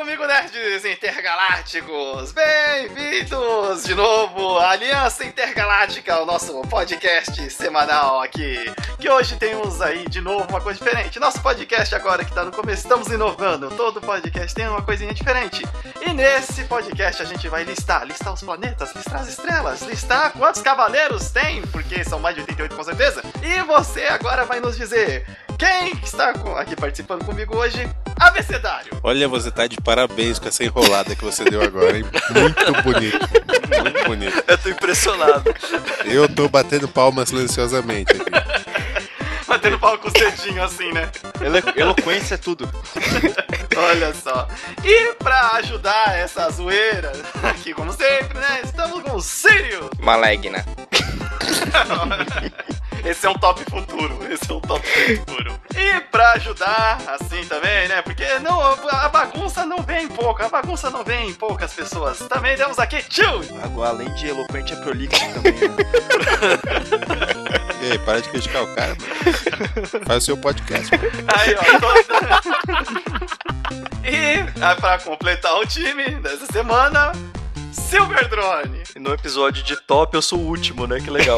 comigo, nerds intergalácticos! Bem-vindos de novo à Aliança Intergaláctica, o nosso podcast semanal aqui. Que hoje temos aí de novo uma coisa diferente. Nosso podcast agora que tá no começo, estamos inovando. Todo podcast tem uma coisinha diferente. E nesse podcast a gente vai listar os planetas, listar as estrelas, listar quantos cavaleiros tem, porque são mais de 88 com certeza. E você agora vai nos dizer quem está aqui participando comigo hoje. Abecedário. Olha, você tá de parabéns com essa enrolada que você deu agora, hein? Muito bonito. Muito bonito. Eu tô impressionado. Eu tô batendo palmas silenciosamente aqui. Batendo palma com os dedinhos assim, né? Eloquência é tudo. Olha só. E pra ajudar essa zoeira, aqui como sempre, né? Estamos com o Sírio. Malegna. Esse é um top futuro. E pra ajudar, assim também, né? Porque não, a bagunça não vem em poucas pessoas. Também temos aqui Tio. Agora, além de eloquente, é prolixo também, né? E aí, para de criticar o cara, mano. Faz o seu podcast. Aí, ó. E pra completar o time dessa semana, Silver Drone. E no episódio de top, eu sou o último, né? Que legal.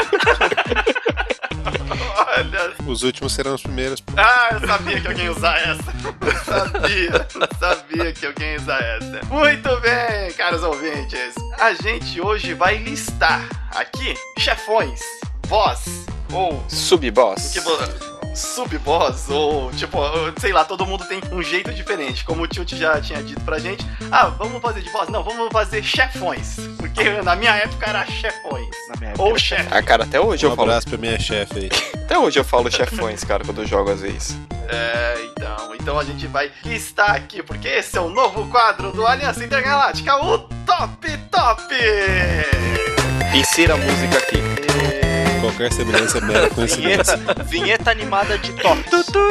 Olha. Os últimos serão os primeiros. Ah, eu sabia que alguém ia usar essa. Sabia que alguém ia usar essa. Muito bem, caros ouvintes. A gente hoje vai listar aqui chefões, boss ou Sub-boss. Sub-boss, ou tipo, sei lá, todo mundo tem um jeito diferente. Como o Tilt já tinha dito pra gente. Vamos fazer de boss? Não, vamos fazer chefões. Porque na minha época era chefões. Ou chefe. Ah, cara, até hoje eu falo. Um abraço pra minha chefe aí. Até hoje eu falo chefões, cara, quando eu jogo às vezes. Então a gente vai listar aqui, porque esse é o novo quadro do Aliança Intergaláctica, o Top Top! Insira a música aqui. Qualquer semelhança é mera coincidência. Vinheta animada de top.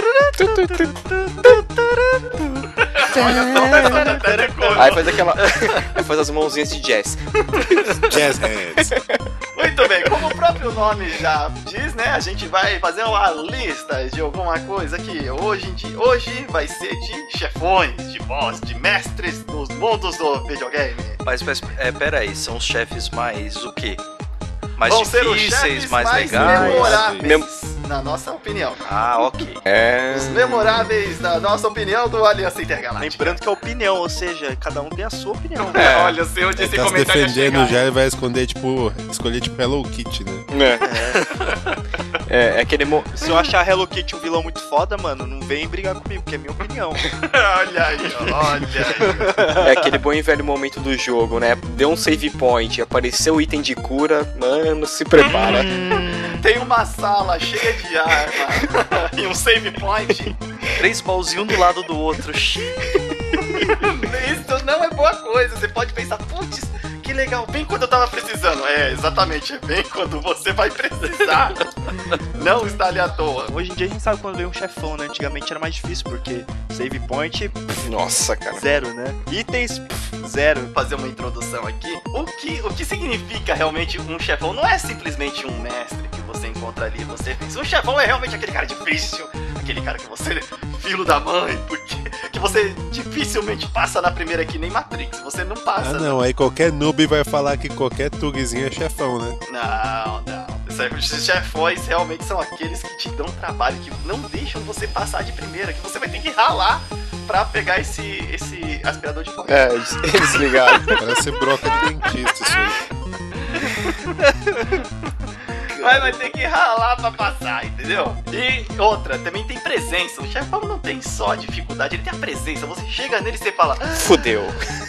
Aí faz aquela. Aí faz as mãozinhas de jazz. Jazz hands. Muito bem, como o próprio nome já diz, né? A gente vai fazer uma lista de alguma coisa que hoje vai ser de chefões, de boss, de mestres dos mundos do videogame. Mas pera aí, são os chefes mais o quê? Mais Vão ser os difíceis, chefes mais legais, memoráveis, na nossa opinião. Ah, ok. Os memoráveis, da nossa opinião, do Aliança Intergaláctica. Lembrando que é opinião, ou seja, cada um tem a sua opinião. Olha, se eu disse Ele tá se comentário defendendo já e vai escolher tipo Hello Kitty, né? É aquele se eu achar Hello Kitty um vilão muito foda, mano, não vem brigar comigo, porque é minha opinião. Olha aí. É aquele bom e velho momento do jogo, né? Deu um save point, apareceu o item de cura, mano, se prepara. Tem uma sala cheia de arma e um save point. 3 baúzinhos do lado do outro. Isso não é boa coisa. Você pode pensar, putz, que legal, bem quando eu tava precisando. É, exatamente, bem quando você vai precisar. Não está ali à toa. Hoje em dia a gente sabe quando veio um chefão, né? Antigamente era mais difícil, porque save point, nossa, cara. 0, né? Itens, 0. Vou fazer uma introdução aqui. O que significa realmente um chefão? Não é simplesmente um mestre que você encontra ali, você fez. Um chefão é realmente aquele cara difícil, aquele cara que você, filho da mãe, porque que você dificilmente passa na primeira, que nem Matrix, você não passa. Não, aí qualquer noob vai falar que qualquer tugzinho é chefão, né? Não. Esses chefões realmente são aqueles que te dão trabalho, que não deixam você passar de primeira, que você vai ter que ralar pra pegar esse aspirador de pó. Eles ligaram. Parece broca de dentista isso aí. Mas vai ter que ralar pra passar, entendeu? E outra, também tem presença. O chefão não tem só dificuldade, ele tem a presença. Você chega nele e você fala... Fudeu.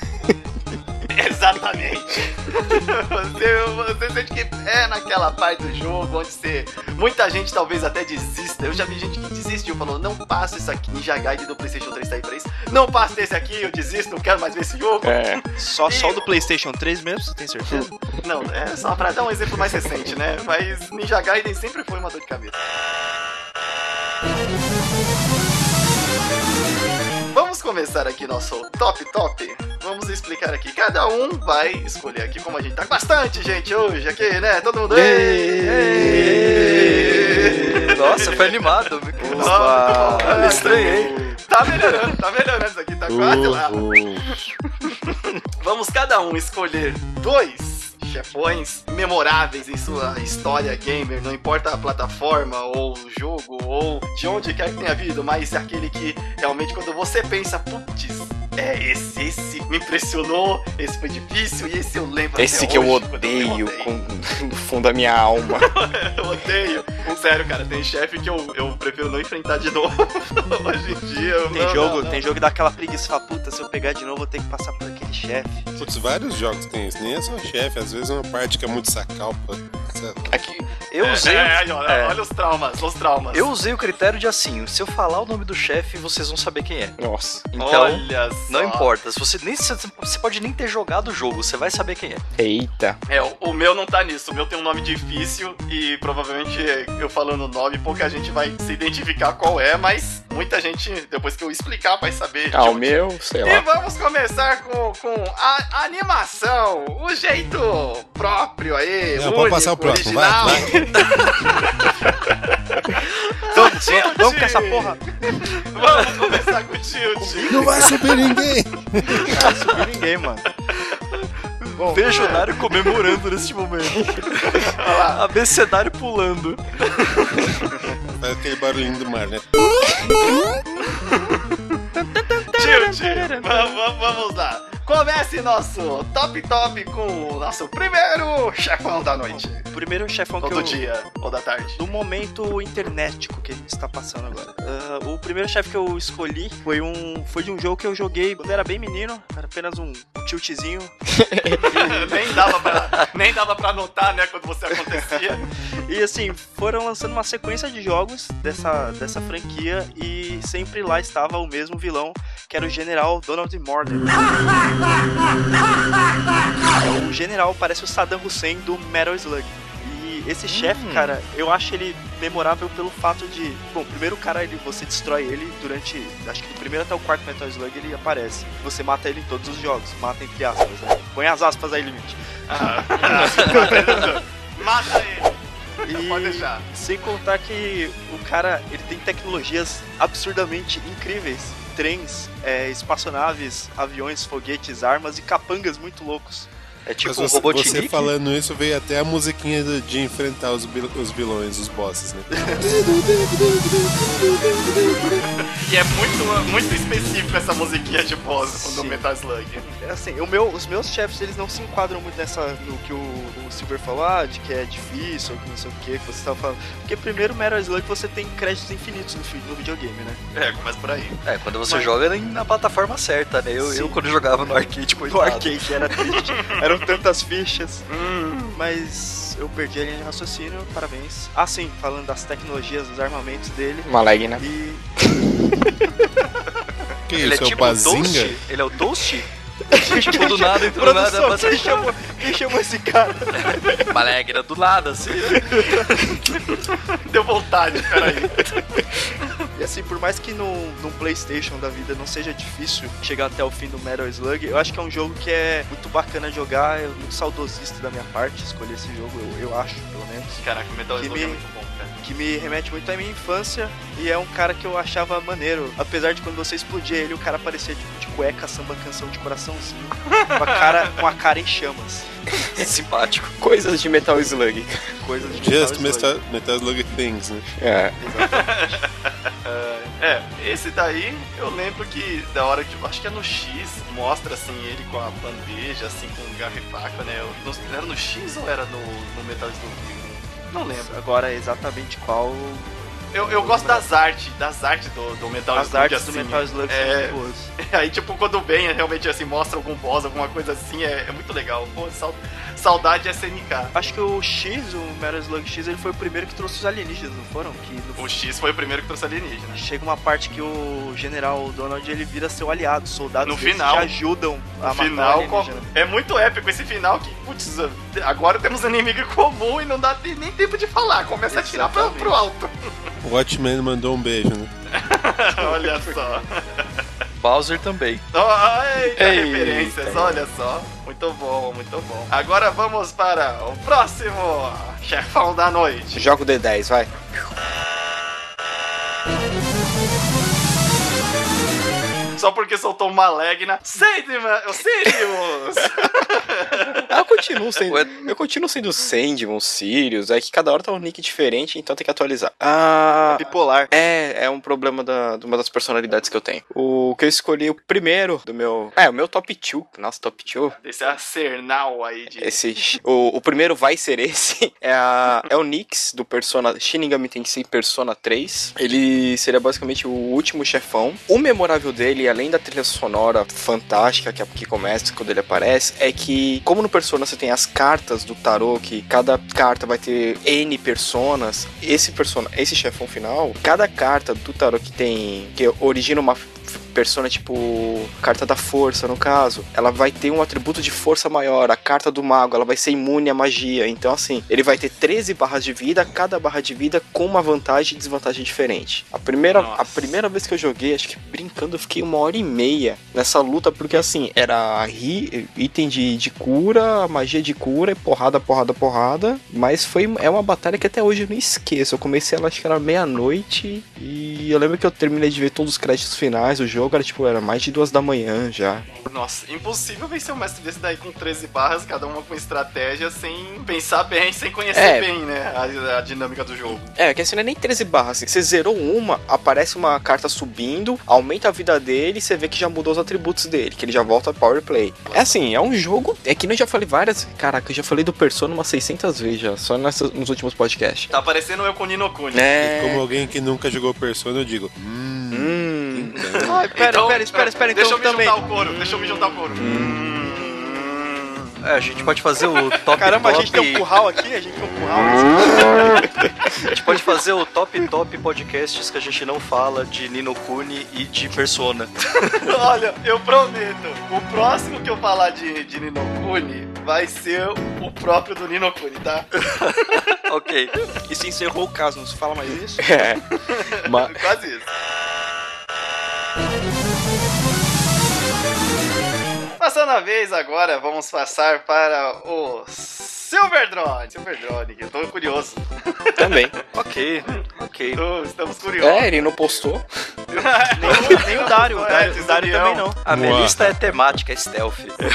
Exatamente. Você sente que é naquela parte do jogo onde muita gente talvez até desista. Eu já vi gente que desistiu, falou, não passo isso aqui. Ninja Gaiden do PlayStation 3 tá aí pra isso. Não passo desse aqui, eu desisto, não quero mais ver esse jogo. Só do PlayStation 3 mesmo, você tem certeza? Não, é só pra dar um exemplo mais recente, né? Mas Ninja Gaiden sempre foi uma dor de cabeça. Vamos começar aqui nosso top. Vamos explicar aqui. Cada um vai escolher aqui, como a gente tá com bastante gente hoje aqui, né? Todo mundo... Nossa, foi animado. Nossa, estranhei. Tá melhorando isso aqui, tá quase lá. Vamos cada um escolher 2 chefões memoráveis em sua história gamer, não importa a plataforma ou o jogo ou de onde quer que tenha vindo, mas é aquele que realmente quando você pensa, putz, esse me impressionou, esse foi difícil e esse eu lembro Esse até que hoje, eu quando odeio derrotei. no fundo da minha alma. Eu odeio. Sério, cara, tem chefe que eu prefiro não enfrentar de novo. Hoje em dia. Tem jogo que dá aquela preguiça, fala, puta, se eu pegar de novo, eu vou ter que passar por aquele chefe. Putz, vários jogos tem isso. Nem é só chefe, às vezes é uma parte que é muito sacalpa. Aqui, Eu usei. Olha os traumas. Eu usei o critério de assim, se eu falar o nome do chefe, vocês vão saber quem é. nossa. Então, Olha só. não importa. Você pode nem ter jogado o jogo, você vai saber quem é. Eita. O meu não tá nisso. O meu tem um nome difícil e provavelmente eu falando o nome, pouca gente vai se identificar qual é, mas muita gente, depois que eu explicar, vai saber. Ah, o meu, sei E lá. vamos começar com a animação, o jeito próprio aí. Não, único, pode passar o próximo, vai, original. Vamos com essa porra. Vamos começar com o Tilt. Não vai subir ninguém! Não subiu ninguém, mano. Bom, Vejo o Nário comemorando neste momento. Abecedário pulando. Faz aquele barulhinho do mar, né? Tilt, vamos lá. Comece nosso top com o nosso primeiro chefão da noite. o primeiro chefão Ou que do eu... dia, ou da tarde. Do momento internetico que a gente está passando agora. O primeiro chefe que eu escolhi foi de um jogo que eu joguei quando era bem menino. Era apenas um tiltzinho. nem dava pra notar, né, quando você acontecia. E assim, foram lançando uma sequência de jogos dessa franquia e sempre lá estava o mesmo vilão, que era o General Donald Morden. O General parece o Saddam Hussein do Metal Slug. E esse chefe, cara, eu acho ele memorável pelo fato de... Bom, primeiro o cara, você destrói ele durante... Acho que do primeiro até o quarto Metal Slug ele aparece. Você mata ele em todos os jogos. Mata entre aspas, né? Põe as aspas aí, limite. Mata ele. E Pode deixar. sem contar que o cara, ele tem tecnologias absurdamente incríveis. Trens, espaçonaves, aviões, foguetes, armas e capangas muito loucos. É tipo Mas um você Robotnik. falando isso, veio até a musiquinha de enfrentar os vilões, os bosses, né? E é muito específico essa musiquinha de boss do Sim. Metal Slug. Assim, os meus chefes, eles não se enquadram muito no que o Silver falou, de que é difícil, ou que não sei o que você estava falando. Porque primeiro, Metal Slug, você tem créditos infinitos no videogame, né? Começa por aí. Quando você joga na plataforma certa, né? Eu quando jogava no arcade, No coitado. arcade era triste, eram tantas fichas. Mas eu perdi a linha de raciocínio, parabéns. Ah, sim, falando das tecnologias, dos armamentos dele. Uma lag, né? E Que Ele é isso, é o tipo o Toast? Bazinga? Ele é o Toast? Tipo, do nada, entrou do nada. produção, quem chamou esse cara? Malegra do nada, assim. Deu vontade, peraí. E assim, por mais que num PlayStation da vida não seja difícil chegar até o fim do Metal Slug, eu acho que é um jogo que é muito bacana jogar, é muito saudosista da minha parte escolher esse jogo, eu acho, pelo menos. Caraca, o Metal Que Slug é me- muito bom, cara. Que me remete muito à minha infância e é um cara que eu achava maneiro. Apesar de quando você explodia ele, o cara parecia tipo de cueca, samba canção de coraçãozinho, com a cara em chamas. Simpático. Coisas de Metal Slug. Coisas de Just Metal Slug. Metal Slug Things, né? É. Esse daí eu lembro que da hora que. Acho que é no X, mostra assim ele com a bandeja, assim, com garra e faca, né? Era no X ou era no Metal Slug? Não lembro. Agora exatamente qual. Eu gosto das artes do Metal As Slug. artes assim. do Metal Slug são muito boas. Aí, tipo, quando vem, realmente, assim, mostra algum boss, alguma coisa assim, é muito legal. Pô, saudade SNK. Acho que o X, o Metal Slug X, ele foi o primeiro que trouxe os alienígenas, não foram? Que no O X foi o primeiro que trouxe alienígena. Chega uma parte que o General Donald ele vira seu aliado, soldados No deles final. te ajudam a No matar final, o alienígena. é muito épico esse final que, putz, agora temos um inimigo comum e não dá nem tempo de falar. Começa a atirar pro alto. O Watchmen mandou um beijo, né? Olha só. Bowser também. Eita, Eita. referências, olha só. Muito bom, muito bom. Agora vamos para o próximo chefão da noite. Joga o D10, vai. só porque soltou uma Malegna. Sandman, Sirius! Eu continuo sendo Sandman, Sirius, é que cada hora tá um nick diferente, então tem que atualizar. Bipolar. É um problema de uma das personalidades que eu tenho. O que eu escolhi, o primeiro do meu... o meu top 2. Nossa, top 2. Esse arsenal aí de... O primeiro vai ser esse. É o Nyx do Persona... Shin Megami Tensei Persona 3. Ele seria basicamente o último chefão. O memorável dele, além da trilha sonora fantástica que começa quando ele aparece, é que, como no Persona você tem as cartas do tarô, que cada carta vai ter N personas, esse chefão final, cada carta do tarô que origina uma persona, tipo, carta da força, no caso, ela vai ter um atributo de força maior. A carta do mago, ela vai ser imune à magia. Então, assim, ele vai ter 13 barras de vida, cada barra de vida com uma vantagem e desvantagem diferente. A primeira vez que eu joguei, acho que brincando, eu fiquei 1h30 nessa luta, porque, assim, era item de cura, magia de cura, porrada, mas é uma batalha que até hoje eu não esqueço. Eu comecei ela, acho que era meia-noite, e eu lembro que eu terminei de ver todos os créditos finais. O jogo era mais de 2 da manhã já. Nossa, impossível vencer um mestre desse daí com 13 barras, cada uma com estratégia, sem pensar bem, sem conhecer bem, né, a dinâmica do jogo. Que assim, não é nem 13 barras, assim, você zerou uma, aparece uma carta subindo, aumenta a vida dele e você vê que já mudou os atributos dele, que ele já volta power play. É assim, é um jogo, que nem eu já falei eu já falei do Persona umas 600 vezes já, só nos últimos podcasts. Tá parecendo eu com Ni no Kuni. E como alguém que nunca jogou Persona, eu digo, Ai, espera, deixa eu então me também. juntar ao coro. A gente pode fazer o top. Caramba, top... a gente tem um curral aqui, A gente pode fazer o top podcasts que a gente não fala de Ni no Kuni e de Persona. Olha, eu prometo, o próximo que eu falar de Ni no Kuni vai ser o próprio do Ni no Kuni, tá? Ok. E se encerrou o caso, não se fala mais isso? Quase isso. Passando a vez agora, vamos passar para o Silver Drone, que eu tô curioso. Também. Ok. Estamos curiosos. Ele não postou. Nem o Dário. O Dário também não. A minha lista é temática, é stealth.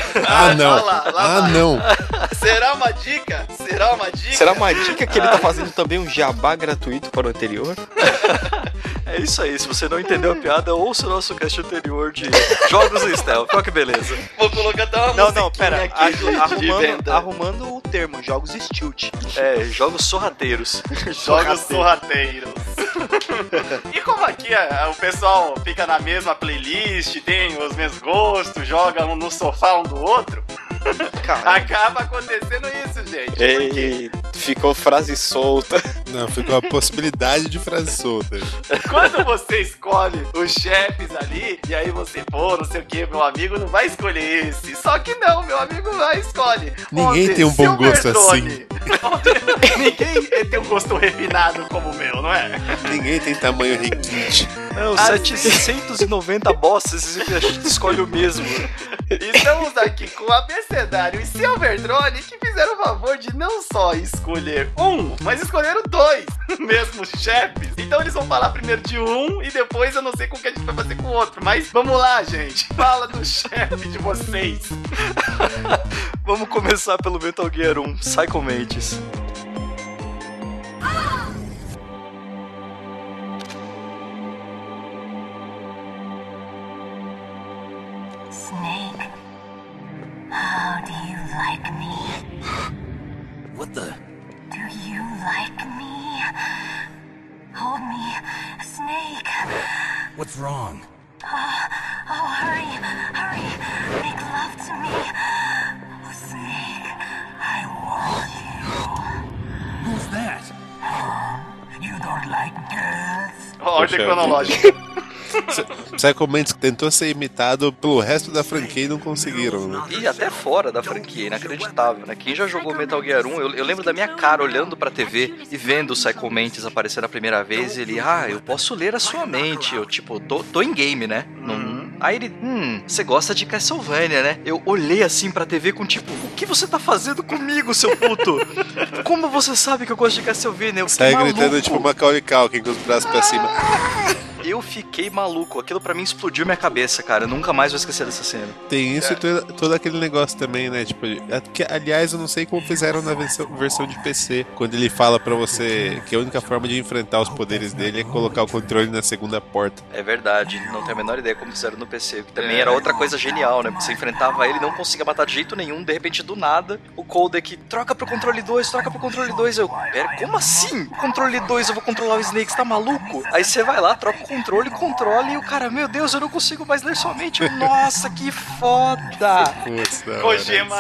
Não. Será uma dica? Será uma dica que ele tá fazendo também um jabá gratuito para o anterior? É isso aí, se você não entendeu a piada, ouça o nosso cast anterior de jogos em stealth. Olha que beleza. Vou colocar até uma musiquinha pera, aqui de venda. arrumando o termo, jogos stilt. Jogos sorrateiros. Jogos sorrateiros. E como aqui o pessoal fica na mesma playlist, tem os mesmos gostos, joga um no sofá um do outro, acaba acontecendo isso, gente. Ei, ficou frase solta. Não, ficou a possibilidade de frase solta. Quando você escolhe os chefes ali, e aí você, não sei o que, meu amigo não vai escolher esse. Só que não, meu amigo vai escolher. Ninguém tem um bom gosto assim. Ninguém tem um gosto refinado como o meu, não é? Ninguém tem tamanho requinte. Não, 790 bosses e a gente escolhe o mesmo. Estamos aqui com o Abecedário e Silver Drone, que fizeram o favor de não só escolher um, mas escolheram 2 mesmos chefes. Então eles vão falar primeiro de um e depois eu não sei como que a gente vai fazer com o outro. Mas vamos lá, gente. Fala do chefe de vocês. Vamos começar pelo Metal Gear 1, Psycho Mantis. Snake, how do you like me? What the? Do you like me? Hold me, Snake. What's wrong? Oh, hurry. Make love to me. Oh, Snake, I want you. Who's that? You don't like girls? Ordem cronológica. Psycho Mantis tentou ser imitado pelo resto da franquia e não conseguiram, né? E até fora da franquia, inacreditável, né? Quem já jogou Metal Gear 1, eu lembro da minha cara olhando pra TV e vendo o Psycho Mantis aparecer na primeira vez e ele, eu posso ler a sua mente. Eu, tipo, tô em game, né? Aí ele, você gosta de Castlevania, né? Eu olhei assim pra TV com tipo, o que você tá fazendo comigo, seu puto? Como você sabe que eu gosto de Castlevania? Sai gritando tipo Macaulay Culkin com os braços pra cima. Eu fiquei maluco. Aquilo pra mim explodiu minha cabeça, cara. Eu nunca mais vou esquecer dessa cena. Tem isso e todo aquele negócio também, né? Tipo, aliás, eu não sei como fizeram na versão de PC. Quando ele fala pra você que a única forma de enfrentar os poderes dele é colocar o controle na segunda porta. É verdade, não tenho a menor ideia como fizeram no PC. Que também era outra coisa genial, né? Você enfrentava ele, não conseguia matar de jeito nenhum. De repente, do nada, o codec troca pro controle 2, troca pro controle 2. Eu, pera, como assim? Controle 2, eu vou controlar o Snake, você tá maluco? Aí você vai lá, troca o controle, controla e o cara, meu Deus, eu não consigo mais ler sua mente. Eu, nossa, que foda! Putz, Kojima.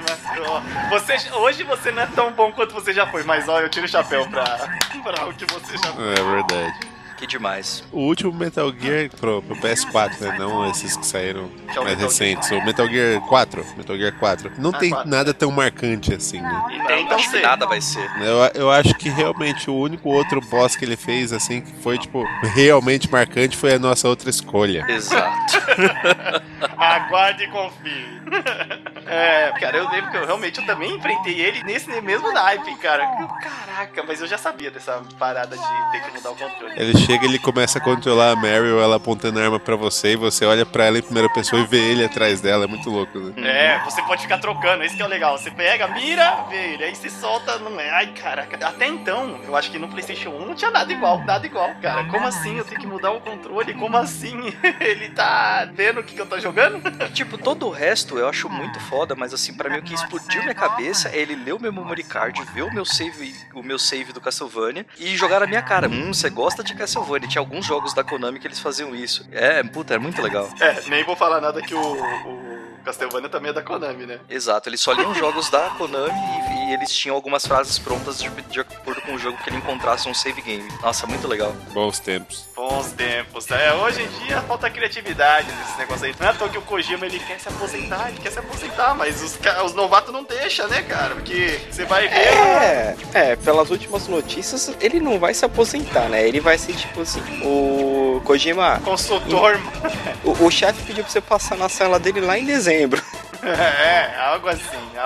Hoje você não é tão bom quanto você já foi, mas ó, eu tiro o chapéu pra o que você já foi. É verdade. Que demais. O último Metal Gear pro PS4, né? Não esses que saíram Que é o mais Metal recentes. O Metal Gear 4. Metal Gear 4. Não tem 4. nada tão marcante assim, né? Então Acho que sei. nada vai ser. Eu acho que realmente o único outro boss que ele fez, assim, que foi, tipo, realmente marcante foi a nossa outra escolha. Exato. Aguarde e confie. Cara, eu lembro que eu também enfrentei ele nesse mesmo naipe, cara. Caraca, mas eu já sabia dessa parada de ter que mudar o controle. Ele chega e ele começa a controlar a Meryl, ela apontando a arma pra você, e você olha pra ela em primeira pessoa e vê ele atrás dela. É muito louco, né? Você pode ficar trocando, isso que é o legal. Você pega, mira, vê ele, aí você solta, não é? Ai, caraca. Até então, eu acho que no PlayStation 1 não tinha nada igual, cara. Como assim eu tenho que mudar o controle? Como assim? Ele tá vendo o que eu tô jogando? Tipo, todo o resto eu acho muito foda, mas assim, pra mim o que explodiu minha cabeça é ele ler o meu memory card, ver o meu save do Castlevania e jogar na minha cara. Você gosta de Castlevania? Tinha alguns jogos da Konami que eles faziam isso. Puta, era muito legal. Nem vou falar nada que o Castlevania também é da Konami, né? Exato, eles só liam jogos da Konami e eles tinham algumas frases prontas de acordo com o jogo que ele encontrasse um save game. Nossa, muito legal. Bons tempos. Bons tempos. Hoje em dia falta criatividade nesse negócio aí. Não é à toa que o Kojima ele quer se aposentar, mas os novatos não deixam, né, cara? Porque você vai ver. Pelas últimas notícias, ele não vai se aposentar, né? Ele vai ser tipo assim, o Kojima. Consultor. O chefe pediu pra você passar na cela dele lá em dezembro. Algo assim.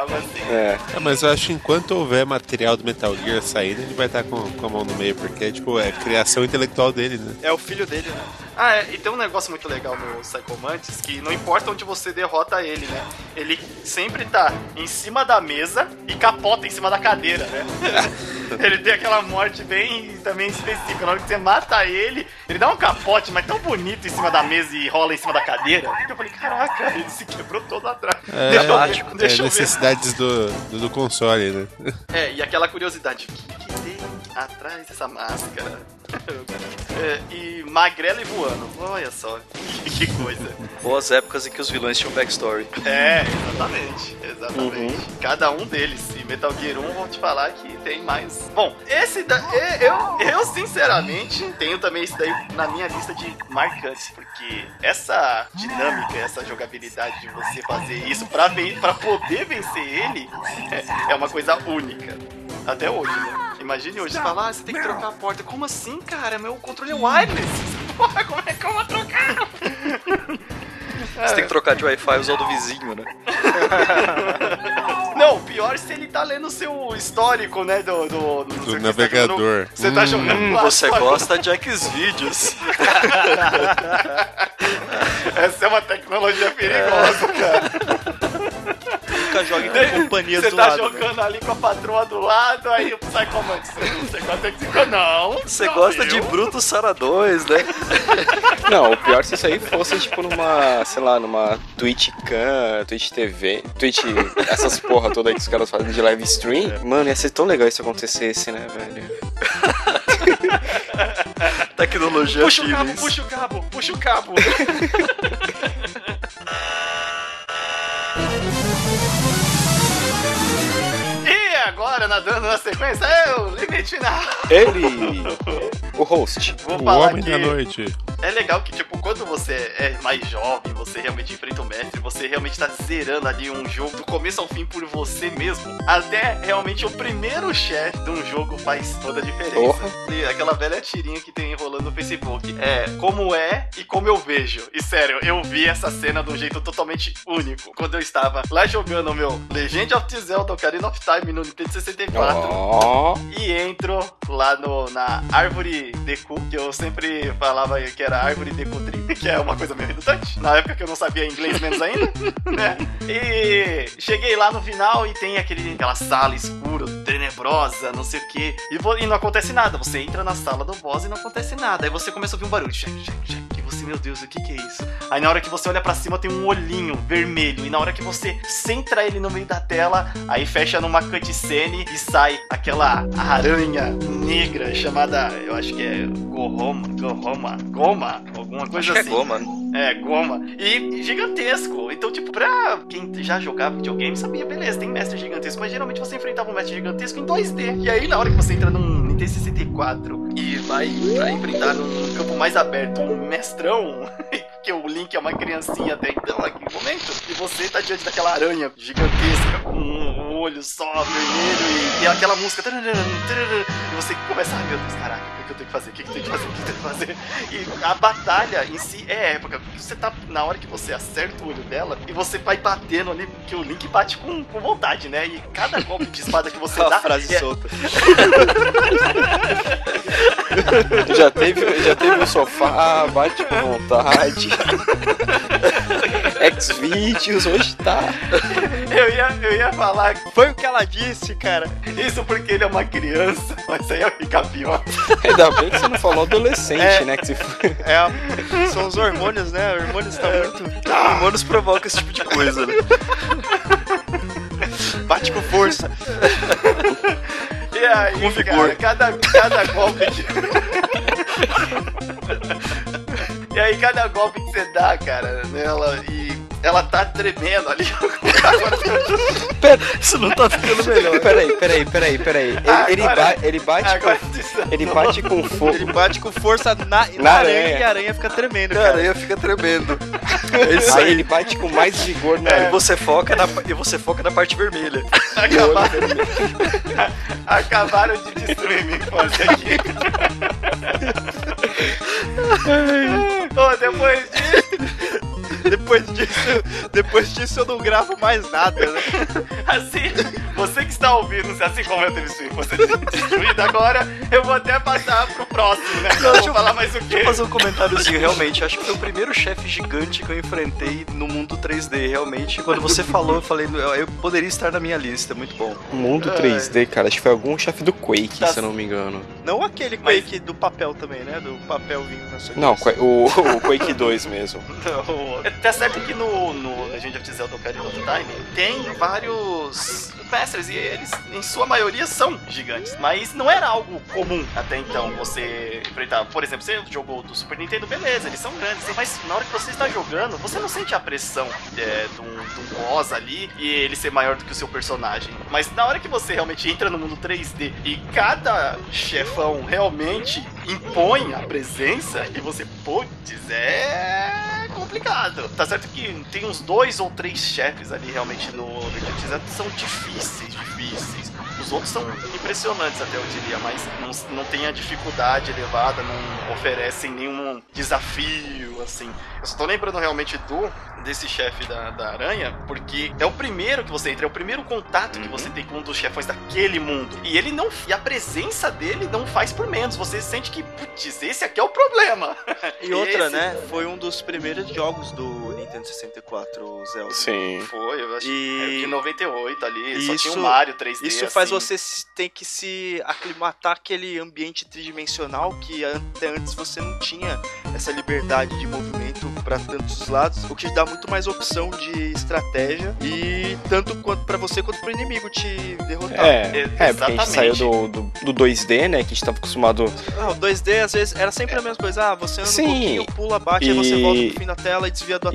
Mas eu acho que enquanto houver material do Metal Gear saindo, ele vai estar com a mão no meio, porque é criação intelectual dele, né? É o filho dele, né? E tem um negócio muito legal no Psycho Mantis, que não importa onde você derrota ele, né? Ele sempre tá em cima da mesa e capota em cima da cadeira, né? Ele tem aquela morte bem também específica. Na hora que você mata ele dá um capote, mas tão bonito em cima da mesa e rola em cima da cadeira. Eu falei, caraca, ele se quebrou todo atrás. Deixa eu ver. Necessidades do console, né? E aquela curiosidade, o que tem atrás dessa máscara? E magrelo e voando. Olha só, que coisa. Boas épocas em que os vilões tinham backstory. Exatamente. Cada um deles. E Metal Gear 1, vou te falar que tem mais. Bom, eu sinceramente tenho também esse daí na minha lista de marcantes, porque essa dinâmica, essa jogabilidade de você fazer isso pra poder vencer ele é uma coisa única. Até hoje, né? Imagine hoje, você fala, você tem que trocar a porta. Como assim, cara? Meu controle é wireless. Porra, como é que eu vou trocar? Você tem que trocar de Wi-Fi usando o vizinho, né? Não, pior se ele tá lendo o seu histórico, né? Do navegador. Você tá jogando lá. Você gosta de Xvideos. Essa é uma tecnologia perigosa, cara. Nunca jogue com companhias do lado. Você tá jogando ali com a patroa do lado, aí o Psycho Mantis. Você gosta de... Não. Você gosta de Bruto Sara 2, né? Não, o pior se isso aí fosse tipo numa, sei lá, numa TwitchCam, Twitch TV, Twitch, essas porra toda aí que os caras fazem de live stream. Mano, ia ser tão legal isso acontecesse, né, velho? Tecnologia puxa o cabo. E agora, nadando na sequência, o Limite Final. Ele, o host. Vou O falar homem que da noite. é legal que, tipo, quando você é mais jovem, você realmente enfrenta o mestre, você você realmente tá zerando ali um jogo do começo ao fim por você mesmo, até realmente o primeiro chefe de um jogo faz toda a diferença. E aquela velha tirinha que tem rolando no Facebook. Como é e como eu vejo. E sério, eu vi essa cena de um jeito totalmente único. Quando eu estava lá jogando o meu Legend of Zelda Ocarina of Time no Nintendo 64 e entro lá na Árvore Deku, que eu sempre falava que era Árvore Deku Tree, que é uma coisa meio redundante, na época que eu não sabia inglês menos ainda, né? E cheguei lá no final e tem aquela sala escura, tenebrosa, não sei o que, e não acontece nada. Você entra na sala do boss e não acontece nada. Aí você começa a ouvir um barulho, e você, meu Deus, o que é isso? Aí na hora que você olha pra cima tem um olhinho vermelho, e na hora que você centra ele no meio da tela, aí fecha numa cutscene e sai aquela aranha negra chamada, eu acho que é Goma, alguma coisa acho assim. Que é Goma. Goma. E gigantesco. Então, tipo, pra quem já jogava videogame, sabia, beleza, tem mestre gigantesco, mas geralmente você enfrentava um mestre gigantesco em 2D. E aí, na hora que você entra num Nintendo 64 e vai pra enfrentar num campo mais aberto um mestrão, que o Link é uma criancinha até então, naquele momento, e você tá diante daquela aranha gigantesca com um olho só vermelho e aquela música, e você começa, ai meu Deus, caraca, o que eu tenho que fazer? O que eu tenho que fazer? E a batalha em si é época. Você tá na hora que você acerta o olho dela e você vai batendo ali, porque o Link bate com vontade, né? E cada golpe de espada que você dá. Frase solta. Já teve o sofá, bate com vontade. Xvideos, hoje tá. Eu ia falar. Foi o que ela disse, cara. Isso porque ele é uma criança, mas aí ia ficar pior. Ainda bem que você não falou adolescente, né? Que se... São os hormônios, né? Os hormônios tá muito. Os hormônios provocam esse tipo de coisa, né? Bate com força. E aí, com vigor. Cara, cada golpe que... E aí, cada golpe que você dá, cara, nela, e ela tá tremendo ali. Pera, isso não tá ficando melhor. Peraí. Ele bate com força. Ele bate com força na aranha e a aranha fica tremendo, cara. A aranha fica tremendo. É isso aí. Ele bate com mais vigor na E você foca na parte vermelha. Acabaram de destruir minha infância aqui. Depois disso eu não gravo mais nada, né? Assim, você que está ouvindo, se assim como eu teve sua infância destruída, agora eu vou até passar pro próximo, né? Não, deixa eu falar mais o quê? Deixa eu fazer um comentáriozinho, realmente. Acho que foi o primeiro chefe gigante que eu enfrentei no mundo 3D, realmente. Quando você falou, eu falei, eu poderia estar na minha lista, muito bom. Mundo 3D, cara, acho que foi algum chefe do Quake, se eu não me engano. Não aquele Quake do papel também, né? Do papel vindo na sua Não, o Quake 2 mesmo. Tá certo que no Legend of Zelda Ocarina of Time tem vários mestres e eles, em sua maioria, são gigantes. Mas não era algo comum até então você enfrentar. Por exemplo, você jogou do Super Nintendo, beleza, eles são grandes. Mas na hora que você está jogando, você não sente a pressão de um boss ali e ele ser maior do que o seu personagem. Mas na hora que você realmente entra no mundo 3D e cada chefão realmente impõe a presença e você, putz, é complicado. Tá certo que tem uns 2 ou 3 chefes ali realmente no Legend of Zelda que são difíceis. Os outros são impressionantes até, eu diria, mas não tem a dificuldade elevada, não oferecem nenhum desafio, assim. Eu só tô lembrando realmente desse chefe da aranha, porque é o primeiro que você entra, é o primeiro contato que você tem com um dos chefões daquele mundo. E a presença dele não faz por menos. Você sente que, putz, esse aqui é o problema. E outra, né? Foi um dos primeiros jogos do Nintendo 64, Zelda. Sim. Foi, eu acho que de 98 ali, só Isso, tinha o Mario 3D. Isso faz você ter que se aclimatar àquele ambiente tridimensional que até antes você não tinha essa liberdade de movimento para tantos lados, o que dá muito mais opção de estratégia e tanto quanto para você quanto pro inimigo te derrotar. Porque a gente saiu do 2D, né, que a gente tava acostumado... O 2D às vezes era sempre a mesma coisa, você anda um pouquinho, pula, bate, aí você volta pro fim da tela e desvia do ataque.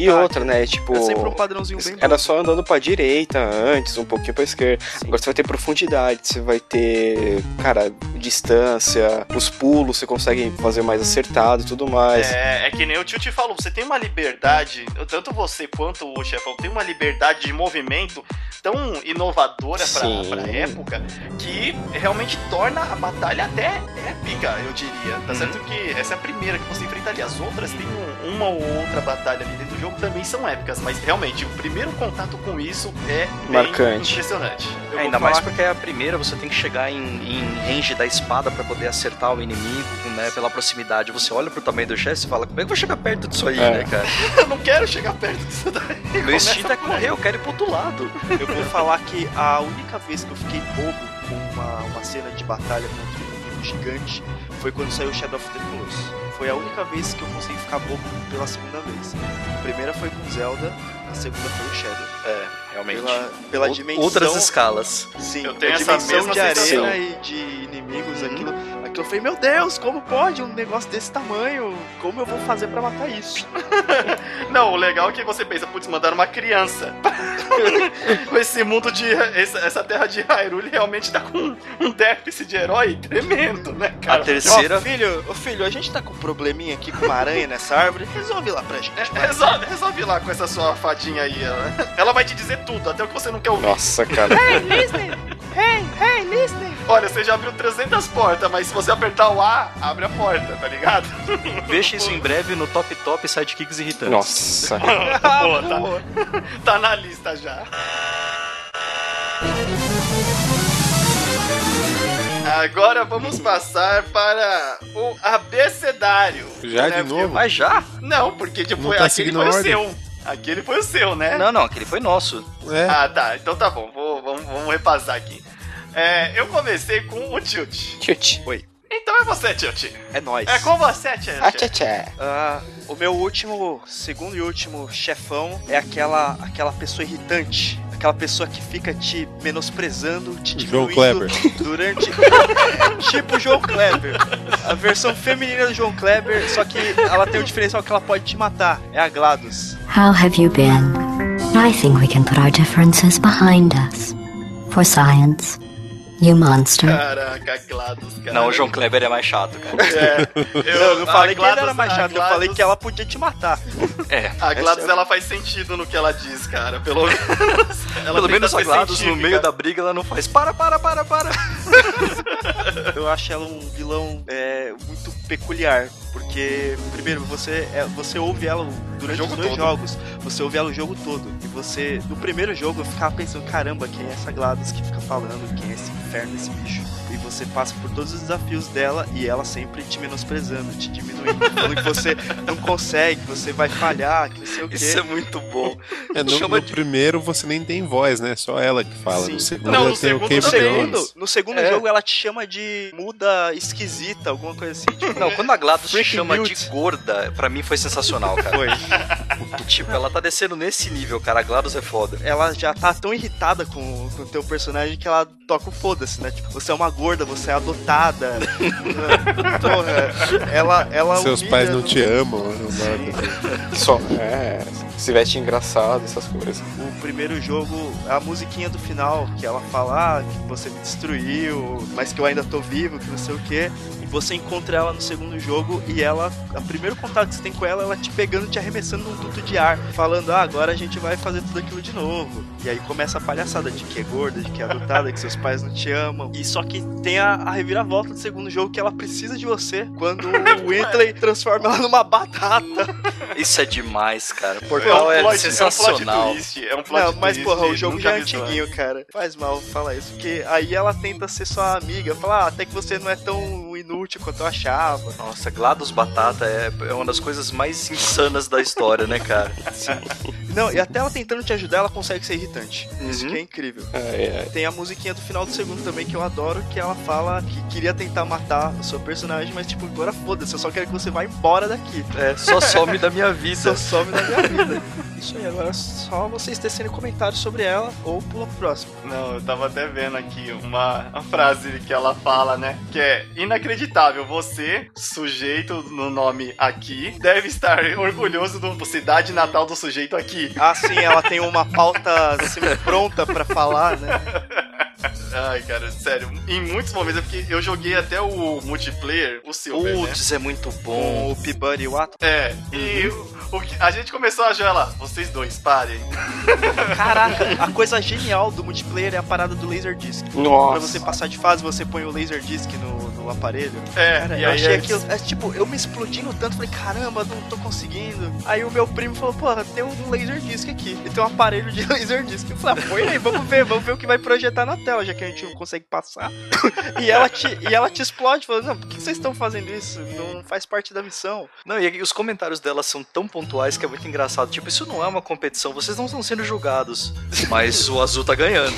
E outra, né? Tipo, É sempre um padrãozinho bem era bom. só andando pra direita antes, um pouquinho pra esquerda. Agora você vai ter profundidade, você vai ter, cara, distância, os pulos você consegue fazer mais acertado e tudo mais. É que nem o tio te falou, você tem uma liberdade, tanto você quanto o chefão tem uma liberdade de movimento tão inovadora pra época, que realmente torna a batalha até épica, eu diria. Tá certo que essa é a primeira que você enfrentaria. As outras tem uma ou outra batalha ali dentro do jogo, também são épicas, mas realmente o primeiro contato com isso é bem Marcante. impressionante. Eu vou Ainda mais falar- porque é a primeira, você tem que chegar em range da espada pra poder acertar o inimigo, né, pela proximidade. Você olha pro tamanho do chefe e fala, como é que eu vou chegar perto disso aí, né, cara? eu não quero chegar perto disso daí. Meu instinto é correr, eu quero ir pro outro lado. Eu vou falar que a única vez que eu fiquei bobo com uma cena de batalha contra um inimigo gigante foi quando saiu Shadow of the Colossus. Foi a única vez que eu consegui ficar bobo pela segunda vez. A primeira foi com Zelda, a segunda foi o Shadow. É, realmente. Pela dimensão... Outras escalas. Sim, Eu tenho a essa dimensão mesma de sensação. arena e de inimigos, aquilo eu falei, meu Deus, como pode um negócio desse tamanho? Como eu vou fazer pra matar isso? Não, o legal é que você pensa, putz, mandaram uma criança. Esse mundo de... Essa terra de Hyrule realmente tá com um déficit de herói tremendo, né, cara? A terceira... Ô filho, a gente tá com um probleminha aqui com uma aranha nessa árvore, resolve lá pra gente. vai. Resolve lá com essa sua fadinha aí. Ela vai te dizer tudo, até o que você não quer ouvir. Nossa, cara. Hey, listen! Hey, listen! Olha, você já abriu 300 portas, mas se você apertar o A, abre a porta, tá ligado? Veja isso em breve no Top Sidekicks Irritantes. Nossa. Pô, tá na lista já. Agora vamos passar para o abecedário. Já né? de novo? Mas já? Não, porque tipo, Não tá aquele seguindo foi a o ordem? seu. Aquele foi o seu, né? Não, aquele foi nosso. É. Ah, tá. Então tá bom. Vamos repassar aqui. Eu comecei com o Tilt. Chute. Oi, Então é você, Tilt. é nóis. É com você, Tilt. Ah, tchá, tchá. O meu segundo e último chefão é aquela pessoa irritante. Aquela pessoa que fica te menosprezando, te João diminuindo Kleber. durante... tipo o João Kleber. A versão feminina do João Kleber, só que ela tem um diferencial que ela pode te matar. É a GLaDOS. How have you been? I think we can put our differences behind us. For science. You monster. Caraca, GLaDOS, cara. Não, o João Kleber é mais chato, cara. Eu não falei que ele era GLaDOS- mais chato, eu a falei GLaDOS- que ela podia te matar. É. A GLaDOS, ela faz sentido no que ela diz, cara. Pelo menos. Ela Pelo tenta menos a ser GLaDOS, no científica. meio da briga, ela não faz para. Eu acho ela um vilão muito peculiar, porque primeiro você ouve ela durante O os jogo dois todo. jogos, você ouve ela o jogo todo, e você, no primeiro jogo eu ficava pensando, caramba, quem é essa GLaDOS que fica falando, quem é esse inferno, esse bicho? E você passa por todos os desafios dela e ela sempre te menosprezando, te diminuindo, falando que você não consegue, que você vai falhar, que não sei o quê. Isso é muito bom. No Chama de- primeiro você nem tem voz, né? Só ela que fala. Sim. No segundo Não, ela no tem o segundo Cave também. Jones. No segundo jogo ela te chama de muda esquisita, alguma coisa assim. Tipo, Não, quando a GLaDOS te Freaking chama mute. de gorda, pra mim foi sensacional, cara. foi. Tipo, ela tá descendo nesse nível, cara. A GLaDOS é foda. Ela já tá tão irritada com o teu personagem que ela toca o foda-se, né? Tipo, você é uma gorda, você é adotada. Porra, ela Seus humilha pais não no- te amam. Só. Se veste engraçado, essas coisas. O primeiro jogo, a musiquinha do final, que ela fala, que você me destruiu, mas que eu ainda tô vivo, que não sei o quê. E você encontra ela no segundo jogo e ela, o primeiro contato que você tem com ela te pegando, te arremessando num duto de ar, falando, agora a gente vai fazer tudo aquilo de novo. E aí começa a palhaçada de que é gorda, de que é adotada, que seus pais não te amam. E só que tem a reviravolta do segundo jogo, que ela precisa de você, quando o Whitley transforma ela numa batata. Isso é demais, cara. O É um portal é, plot sensacional. twist, é um plot Não, mas twist, porra, o jogo nunca já é vi isso antiguinho, cara. Faz mal falar isso, porque aí ela tenta ser sua amiga, falar, até que você não é tão inútil quanto eu achava. Nossa, GLaDOS Batata é uma das coisas mais insanas da história, né, cara? Não, e até ela tentando te ajudar, ela consegue ser irritante. Isso que é incrível. Tem a musiquinha do final do segundo também que eu adoro, que ela fala que queria tentar matar o seu personagem, mas tipo, agora foda-se, eu só quero que você vá embora daqui. É, só some da minha vida. Só some da minha vida. Isso aí, agora é só vocês tecerem comentários sobre ela ou pula pro próximo. Não, eu tava até vendo aqui uma frase que ela fala, né? Que é inacreditável. Você, sujeito no nome aqui, deve estar orgulhoso da cidade natal do sujeito aqui. Ah, sim, ela tem uma pauta assim, pronta pra falar, né? Ai, cara, sério, em muitos momentos, porque eu joguei até o multiplayer, o Silver, né? Putz, é muito bom. Com o P-Buddy e o Atom. É, e a gente começou a jogar lá, vocês dois, parem. Caraca, a coisa genial do multiplayer é a parada do Laserdisc. Nossa. Pra você passar de fase, você põe o Laserdisc no aparelho. É, Cara, e eu aí achei é- aquilo, tipo, eu me explodindo tanto, falei, caramba, não tô conseguindo. Aí o meu primo falou, porra, tem um Laserdisc aqui, e tem um aparelho de Laserdisc. Eu falei, põe aí, vamos ver o que vai projetar na tela, já que a gente não consegue passar. e ela te explode, falando, não, por que vocês estão fazendo isso? Não faz parte da missão. Não, e os comentários dela são tão pontuais que é muito engraçado. Tipo, isso não é uma competição, vocês não estão sendo julgados. Mas o azul tá ganhando.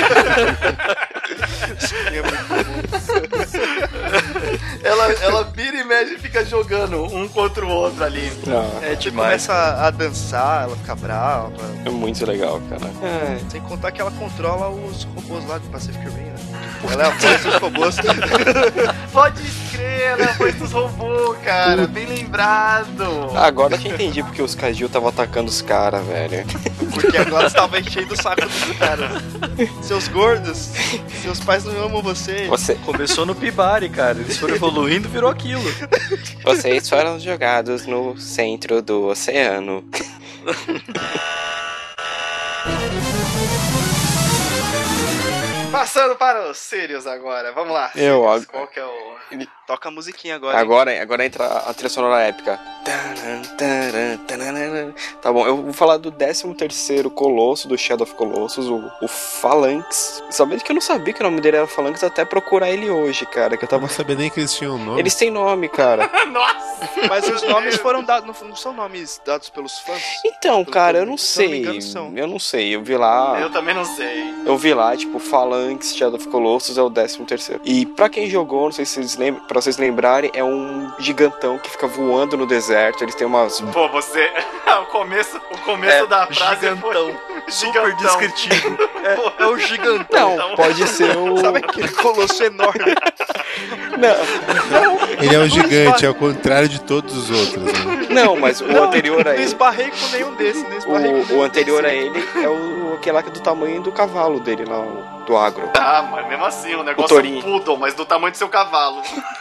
ela vira e mexe e fica jogando um contra o outro ali. Não, É, tipo, demais, começa a dançar, ela fica brava. é muito legal, cara. Sem contar que ela controla os robôs lá do Pacific Rim, né? Ela é a voz dos robôs. Pode crer, ela é a voz dos robôs, cara, bem lembrado. Agora que eu entendi porque os Kaiju estavam atacando os caras, velho. Porque agora você tava enchendo o saco dos caras. Seus gordos, seus pais não amam você. Começou no Pibari, cara. Eles foram evoluindo, virou aquilo. Vocês foram jogados no centro do oceano. Passando para os Sirius agora, vamos lá. Eu, Sirius, qual que é o... Toca a musiquinha agora. Agora entra a trilha sonora épica. Tá bom, eu vou falar do 13º Colosso, do Shadow of Colossus, o Phalanx. Sabendo que eu não sabia que o nome dele era Phalanx até procurar ele hoje, cara. Que eu Eu tava. não sabia nem que eles tinham um nome. Eles têm nome, cara. Nossa! Mas os nomes foram dados, não são nomes dados pelos fãs? Então, Pelo cara, que eu não se não me sei. engano, são. Eu não sei. Eu vi lá. Eu também não sei. Eu vi lá, tipo, Phalanx, Shadow of Colossus é o 13º. E pra quem jogou, não sei se vocês lembram, pra vocês lembrarem, é um gigantão que fica voando no deserto. Eles têm umas. Pô, você... o começo da frase gigantão. foi... Super descritivo. É o gigantão. Não, pode ser o. Sabe aquele colosso enorme? Não, Ele é um gigante, ao contrário de todos os outros. Né? não, mas o anterior a Não ele. esbarrei com nenhum desses. Não esbarrei com O nenhum anterior a desse. ele é aquele lá que é do tamanho do cavalo dele lá, do agro. Ah, mas mesmo assim, o negócio é Torinho. um poodle, mas do tamanho do seu cavalo.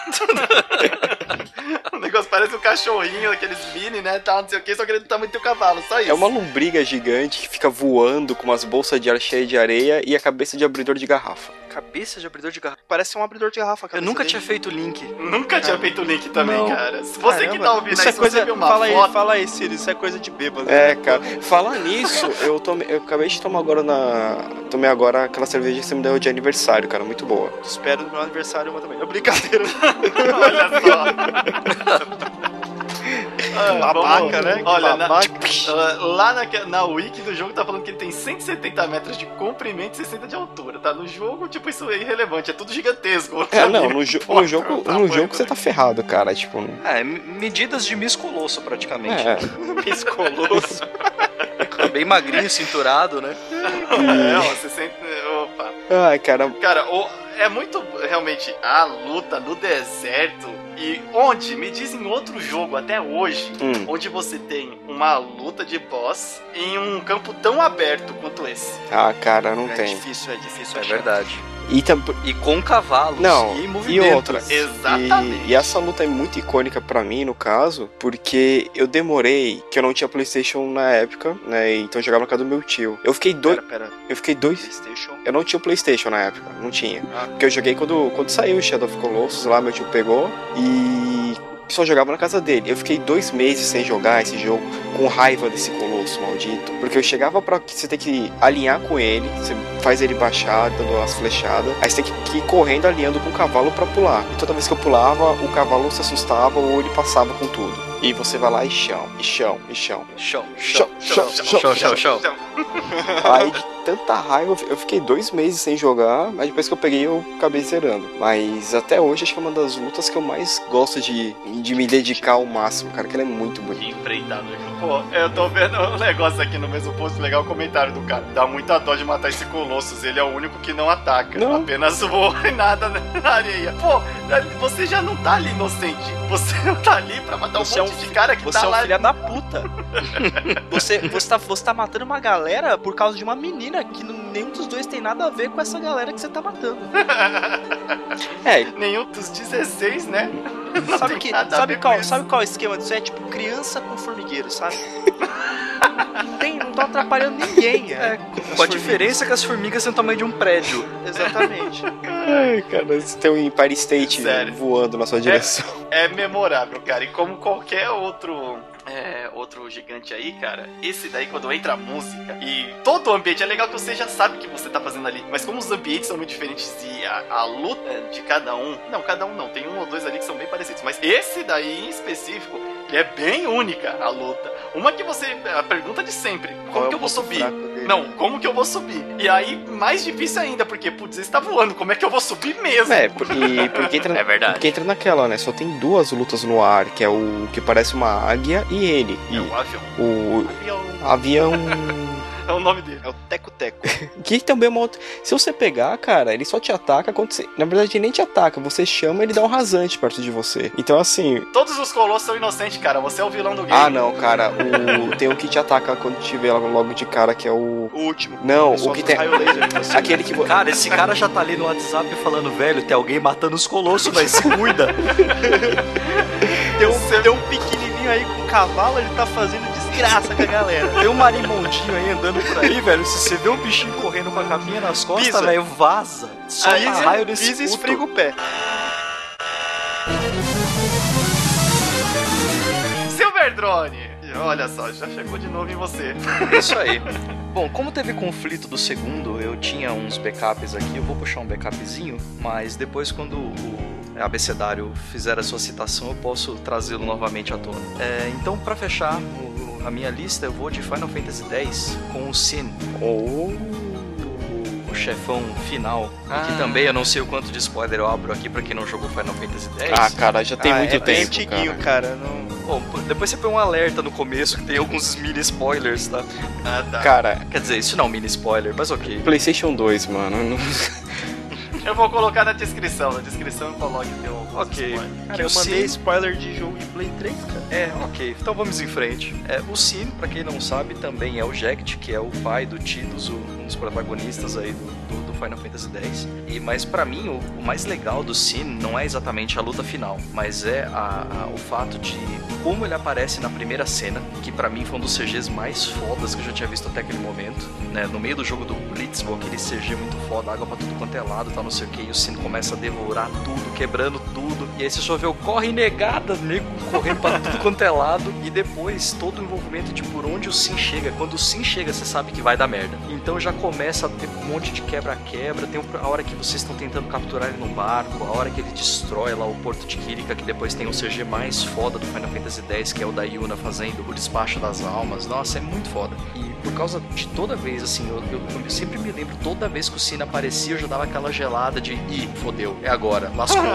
O negócio parece um cachorrinho, aqueles mini, né, tal, não sei o que, só que ele é do tamanho do teu cavalo, só isso. É uma lombriga gigante que fica voando com umas bolsas de ar cheias de areia e a cabeça de abridor de garrafa. Cabeça de abridor de garrafa. Parece um abridor de garrafa. a Eu cabeça nunca dele. tinha feito o link. Nunca tinha feito o link também, Não. cara. Se você que Caramba, tá ouvindo isso aí, é se coisa... você viu uma Fala aí, Sirius, isso é coisa de bêbado. É, cara. Falar nisso, eu acabei de tomar agora tomei agora aquela cerveja que você me deu de aniversário, cara, muito boa. Espero no meu aniversário uma também. É brincadeira. Olha só. Babaca, né? Olha, Babaca. lá na wiki do jogo tá falando que ele tem 170 metros de comprimento e 60 de altura, tá? No jogo, tipo, isso é irrelevante, é tudo gigantesco. É, não, no jogo você tá ferrado, cara, tipo... Medidas de Miss Colosso, praticamente. É, Colosso. Bem magrinho, cinturado, né? É, ó, você sente... Opa. ai, cara, Cara, é muito, realmente, a luta no deserto e onde, me diz em outro jogo até hoje, onde você tem uma luta de boss em um campo tão aberto quanto esse. ah, cara, não É tem. difícil É achar. verdade. E E com cavalos. Não, E e movimentos. outra. Exatamente. E essa luta é muito icônica pra mim, no caso, porque eu demorei, que eu não tinha PlayStation na época, né? Então eu jogava na casa do meu tio. Eu fiquei dois. Pera. PlayStation? Eu não tinha o PlayStation na época, não tinha. Ah. Porque eu joguei quando saiu o Shadow of Colossus lá, meu tio pegou e só jogava na casa dele. Eu fiquei 2 meses sem jogar esse jogo, com raiva desse colosso maldito. Porque eu chegava pra. Você tem que alinhar com ele, você faz ele baixar, dando as flechadas. Aí você tem que ir correndo, alinhando com o cavalo pra pular. E toda vez que eu pulava, o cavalo se assustava ou ele passava com tudo. E você vai lá e chão, e chão, e chão. Chão, Chão, chão, chão, chão, chão, chão. Aí tanta raiva, eu fiquei 2 meses sem jogar, mas depois que eu peguei eu acabei zerando. Mas até hoje acho que é uma das lutas que eu mais gosto de me dedicar ao máximo, cara, que ela é muito bonita. De enfrentar no jogo. Pô, eu tô vendo um negócio aqui no mesmo post, legal o comentário do cara. Dá muita dó de matar esse Colossus, ele é o único que não ataca. Não. Apenas voa e nada na areia. Pô, você já não tá ali inocente. Você não tá ali pra matar Você um monte de cara que Você tá é um lá. filho da puta. você tá matando uma galera por causa de uma menina que nenhum dos dois tem nada a ver com essa galera que você tá matando. Nenhum dos 16, né? Sabe qual é o esquema disso? É tipo criança com formigueiro, sabe? Não tô atrapalhando ninguém. Com a diferença que as formigas têm o tamanho de um prédio. Exatamente. Ai, cara, você tem um Empire State Sério. voando na sua direção. É memorável, cara. E como qualquer outro gigante aí, cara, esse daí quando entra a música e todo o ambiente, é legal que você já sabe o que você tá fazendo ali, mas como os ambientes são muito diferentes e a luta de cada um não, tem 1 ou 2 ali que são bem parecidos, mas esse daí em específico, ele é bem única a luta. Uma que a pergunta de sempre, como que eu vou subir? Não, como que eu vou subir? E aí, mais difícil ainda, porque, putz, ele tá voando, como é que eu vou subir mesmo? Porque entra, É verdade. porque entra naquela, né? Só tem 2 lutas no ar, que é o que parece uma águia e ele. É o avião. O Avião. avião... É o nome dele. É o teco-teco. Que também é uma outra... Se você pegar, cara, ele só te ataca quando você... Na verdade, ele nem te ataca. Você chama, ele dá um rasante perto de você. Então, assim... Todos os colossos são inocentes, cara. Você é o vilão do game. Ah, não, cara. Tem o que te ataca quando te vê logo de cara, que é o... O último. Não, Pessoal o que do tem... raio laser. Aquele que... Cara, esse cara já tá ali no WhatsApp falando, velho, tem alguém matando os colossos, mas se cuida. Tem um pequenininho aí com cavalo, ele tá fazendo desgraça com a galera. Tem um marimondinho aí andando por aí, velho. Se você vê um bichinho correndo com a capinha nas costas, Pisa. velho, vaza. Só Aí raio desse pisa e puto. esfrega o pé. Silverdrone. Olha só, já chegou de novo em você. Isso aí. Bom, como teve conflito do segundo, eu tinha uns backups aqui, eu vou puxar um backupzinho, mas depois quando o abecedário fizer a sua citação, eu posso trazê-lo novamente à tona. Então, pra fechar a minha lista, eu vou de Final Fantasy X com o Sin. O chefão final, que também eu não sei o quanto de spoiler eu abro aqui pra quem não jogou Final Fantasy X. Ah, cara, já tem muito é bem tempo, antiguinho, cara. Não... Bom, depois você põe um alerta no começo que tem alguns mini spoilers, tá? Ah, tá. Cara, Quer dizer, isso não é um mini spoiler, mas ok. PlayStation 2, mano. Eu vou colocar na descrição. Na descrição eu coloco que eu... Ok. Cara, eu mandei spoiler de jogo de Play 3, cara. Ok. Então vamos em frente. O Sin, pra quem não sabe, também é o Jacket, que é o pai do Tidus, um dos protagonistas aí do Final Fantasy X. Mas pra mim, o mais legal do Sin não é exatamente a luta final, mas é o fato de como ele aparece na primeira cena, que pra mim foi um dos CGs mais fodas que eu já tinha visto até aquele momento, né? No meio do jogo do Blitzball, aquele CG muito foda, água pra tudo quanto é lado, tal, não sei o que, e o Sin começa a devorar tudo, quebrando tudo, e aí você só vê o corre negada, nego correndo pra tudo quanto é lado, e depois todo o envolvimento de por onde o Sin chega. Quando o Sin chega, você sabe que vai dar merda. Então já começa a ter um monte de quebra-quebra, tem a hora que vocês estão tentando capturar ele no barco, a hora que ele destrói lá o Porto de Kirika, que depois tem o CG mais foda do Final Fantasy X, que é o da Yuna fazendo o despacho das almas. Nossa, é muito foda. E por causa de toda vez, assim, eu sempre me lembro, toda vez que o Sin aparecia, eu já dava aquela gelada de, fodeu, é agora,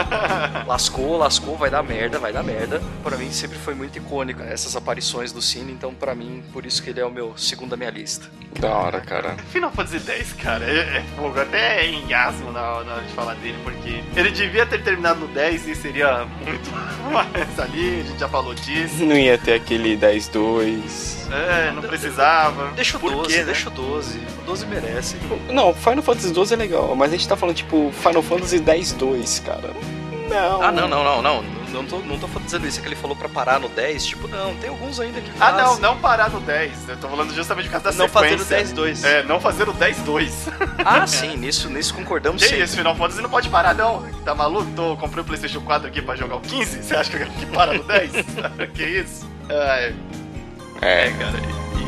lascou, vai dar merda. Pra mim sempre foi muito icônica essas aparições do Sin, então pra mim, por isso que ele é o meu segundo da minha lista. Da hora, cara. Final Fantasy X, cara, é fogo. Até engasgo na hora de falar dele, porque ele devia ter terminado no 10 e seria muito mais ali, a gente já falou disso. Não ia ter aquele 10-2. Não precisava. Deixa o Por 12, quê, né? deixa o 12. O 12 merece. Não, Final Fantasy 12 é legal, mas a gente tá falando, tipo, Final Fantasy 10-2, cara. Não. Ah, não. Não tô dizendo isso, é que ele falou pra parar no 10. Tipo, não, tem alguns ainda que Ah, fazem. não parar no 10. Eu tô falando justamente por causa da Não fazer sequência. o 10-2. Não fazer o 10-2. Ah, sim, nisso concordamos Que sim. isso, Final Fantasy não pode parar, não. Tá maluco? Comprei o PlayStation 4 aqui pra jogar o 15. Você acha que para no 10? Que isso? Cara.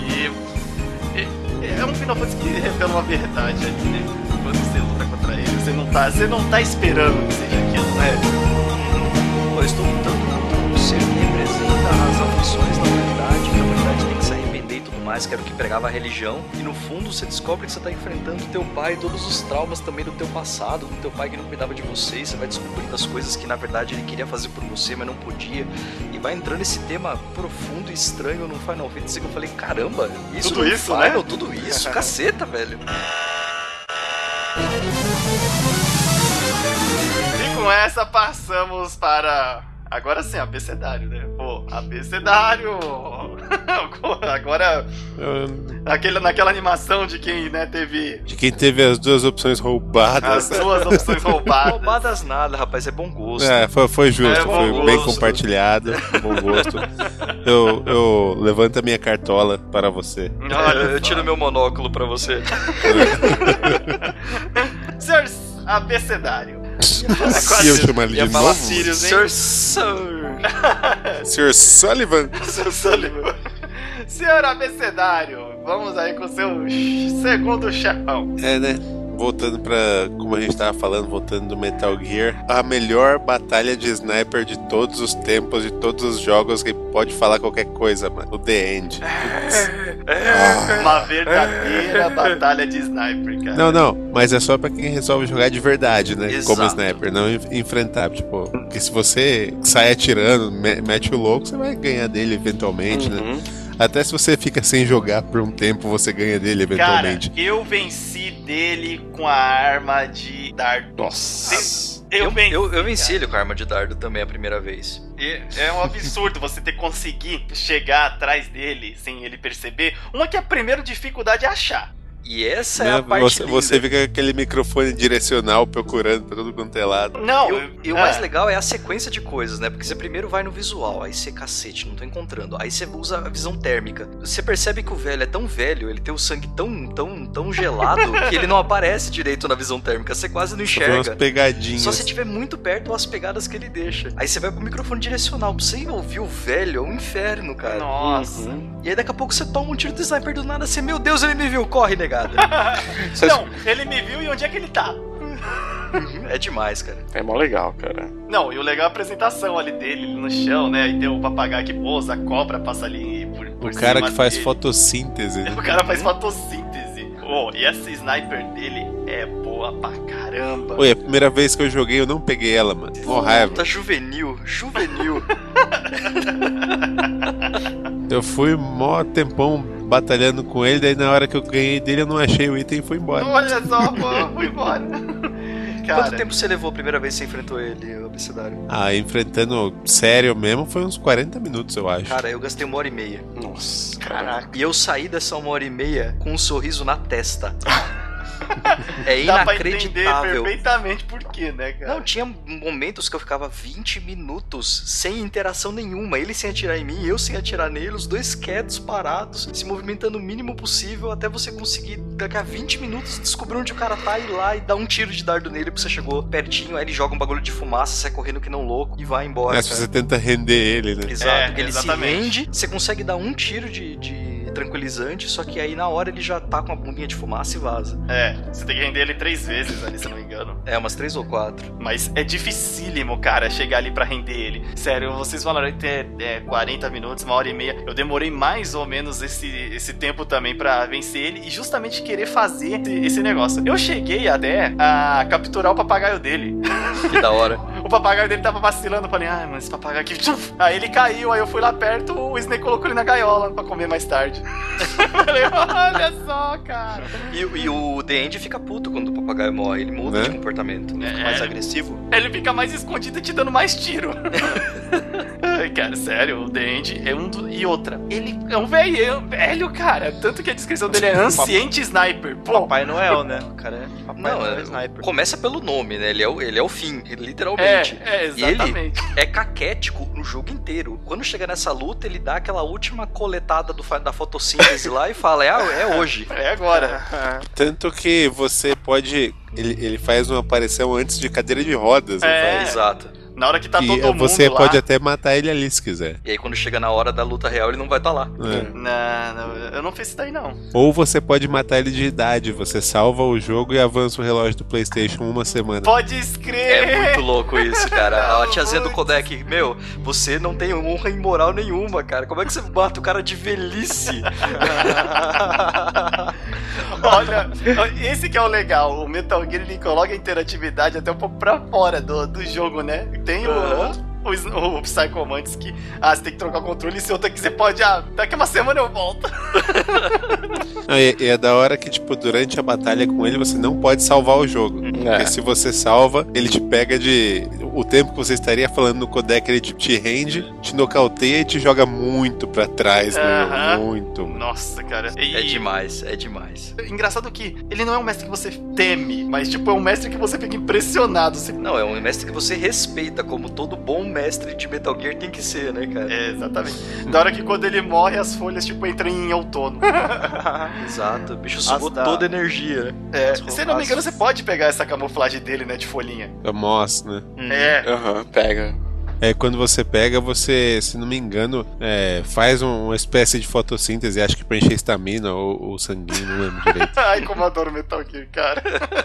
E é um Final Fantasy que revela uma verdade ali, né? Quando você luta contra ele, você não tá esperando que seja aquilo, né? Eu estou lutando contra um ser que representa as aflições da humanidade, que a humanidade tem que se arrepender e tudo mais, que era o que pregava a religião. E no fundo você descobre que você tá enfrentando teu pai, todos os traumas também do teu passado, do teu pai que não cuidava de você. E você vai descobrindo as coisas que na verdade ele queria fazer por você, mas não podia. E vai entrando esse tema profundo e estranho no Final Fantasy que eu falei, caramba, isso Tudo no isso, Final, né? tudo isso, caceta, velho. E com essa passamos para... Agora sim, abecedário, né? Pô, abecedário! Agora, naquela animação de quem, né, teve De quem teve as duas opções roubadas. as duas opções roubadas. Roubadas nada, rapaz, é bom gosto. Foi justo, É bom foi gosto. bem compartilhado, bom gosto. Eu levanto a minha cartola para você. Eu tiro meu monóculo pra você. Senhor abecedário. Se eu chamar ele Ia de falar novo, Sirius, hein? Sr. Sullivan. Seu Sullivan. Senhor abecedário, vamos aí com o seu segundo chefão. É, né? Voltando pra, como a gente tava falando, voltando do Metal Gear, a melhor batalha de sniper de todos os tempos, de todos os jogos, que pode falar qualquer coisa, mano. O The End. Uma verdadeira batalha de sniper, cara. Não, mas é só pra quem resolve jogar de verdade, né? Exato. Como sniper, não enfrentar, tipo, porque se você sai atirando, mete o louco, você vai ganhar dele eventualmente, né? Até se você fica sem jogar por um tempo, você ganha dele Cara, eventualmente. eu venci dele com a arma de dardo. Nossa. Eu venci ele com a arma de dardo também a primeira vez. É um absurdo você ter conseguido chegar atrás dele sem ele perceber. Uma que a primeira dificuldade é achar. E essa é a parte Você fica com aquele microfone direcional procurando pra todo quanto é lado. Não, E o mais legal é a sequência de coisas, né? Porque você primeiro vai no visual, aí você, cacete, não tô encontrando. Aí você usa a visão térmica. Você percebe que o velho é tão velho, ele tem o sangue tão gelado, que ele não aparece direito na visão térmica. Você quase não Só tem umas enxerga. pegadinhas. Só se estiver muito perto as pegadas que ele deixa. Aí você vai pro microfone direcional. Pra você ouvir o velho é um inferno, cara. Nossa. E aí daqui a pouco você toma um tiro do sniper do nada. Você, meu Deus, ele me viu, corre, negada. Não, ele me viu e onde é que ele tá? É demais, cara. É mó legal, cara. Não, e o legal é a apresentação ali dele no chão, né? E tem o papagaio que pousa, a cobra passa ali por O cara cima que faz dele. fotossíntese. O cara faz fotossíntese. Oh, e essa sniper dele é boa pra caramba. Oi, a primeira vez que eu joguei eu não peguei ela, mano. Mó raiva. Tá juvenil. Eu fui mó tempão batalhando com ele, daí na hora que eu ganhei dele eu não achei o item e fui embora. Olha só, pô, fui embora. Cara, Quanto tempo você levou a primeira vez que você enfrentou ele, o Abecedário? Enfrentando sério mesmo foi uns 40 minutos, eu acho. Cara, eu gastei 1h30. Nossa, caraca. E eu saí dessa 1h30 com um sorriso na testa. É Dá pra entender inacreditável. perfeitamente por quê, né, cara? Não, tinha momentos que eu ficava 20 minutos sem interação nenhuma. Ele sem atirar em mim, eu sem atirar nele, os dois quietos, parados, se movimentando o mínimo possível até você conseguir, daqui a 20 minutos, descobrir onde o cara tá, ir lá e dar um tiro de dardo nele, porque você chegou pertinho, aí ele joga um bagulho de fumaça, sai correndo que não louco e vai embora. Se você tenta render ele, né? Exato, porque ele exatamente. se rende, você consegue dar um tiro de tranquilizante, só que aí na hora ele já tá com a bombinha de fumaça e vaza. Você tem que render ele 3 vezes ali, se eu não me engano. É, umas 3 ou 4. Mas é dificílimo, cara, chegar ali pra render ele. Sério, vocês falaram que tem 40 minutos, 1h30. Eu demorei mais ou menos esse tempo também pra vencer ele e justamente querer fazer esse negócio. Eu cheguei até a capturar o papagaio dele. Que da hora. O papagaio dele tava vacilando, eu falei, mano, esse papagaio aqui... Aí ele caiu, aí eu fui lá perto, o Snake colocou ele na gaiola pra comer mais tarde. Falei, olha só, cara. E o The End fica puto quando o papagaio morre, ele muda Né? de comportamento. Fica mais agressivo. Ele fica mais escondido e te dando mais tiro. Ai, cara, sério, o The End é e outra, ele é um velho, cara. Tanto que a descrição dele é anciente sniper. Pô, Papai Noel, né? O cara é Papai Não, Noel é, sniper. começa pelo nome, né? Ele é o fim, literalmente. E ele exatamente. é caquético no jogo inteiro. Quando chega nessa luta, ele dá aquela última coletada da fotossíntese lá e fala, é hoje. É agora. Tanto que você pode... Ele faz uma aparição antes de cadeira de rodas. não faz? Exato. Na hora que tá E todo mundo você lá... pode até matar ele ali se quiser. E aí quando chega na hora da luta real, ele não vai estar lá. Não, eu não fiz isso daí, não. Ou você pode matar ele de idade. Você salva o jogo e avança o relógio do PlayStation uma semana. Pode escrever! É muito louco isso, cara. A tiazinha do codec, meu, você não tem honra em moral nenhuma, cara. Como é que você mata o cara de velhice? Olha, esse que é o legal. O Metal Gear, ele coloca a interatividade até um pouco pra fora do jogo, né? Tem o Psycho Mantis que, você tem que trocar o controle, e se outra que você pode, daqui uma semana eu volto. E é da hora que, tipo, durante a batalha com ele, você não pode salvar o jogo. Porque se você salva, ele te pega de... O tempo que você estaria falando no codec, ele te rende, te nocauteia e te joga muito pra trás, né? Muito. Nossa, cara. É demais, é demais. Engraçado que ele não é um mestre que você teme, mas, tipo, é um mestre que você fica impressionado. Não, é um mestre que você respeita, como todo bom mestre de Metal Gear tem que ser, né, cara? É, exatamente. Da hora que quando ele morre, as folhas, tipo, entram em outono. Exato, o bicho sugou toda a energia. Se não me engano, você pode pegar essa camuflagem dele, né, de folhinha. É Moss, né? Pega. Quando você pega, você, se não me engano, faz uma espécie de fotossíntese, acho que pra encher estamina ou sanguíneo, não lembro direito. Ai, como eu adoro Metal Gear, cara.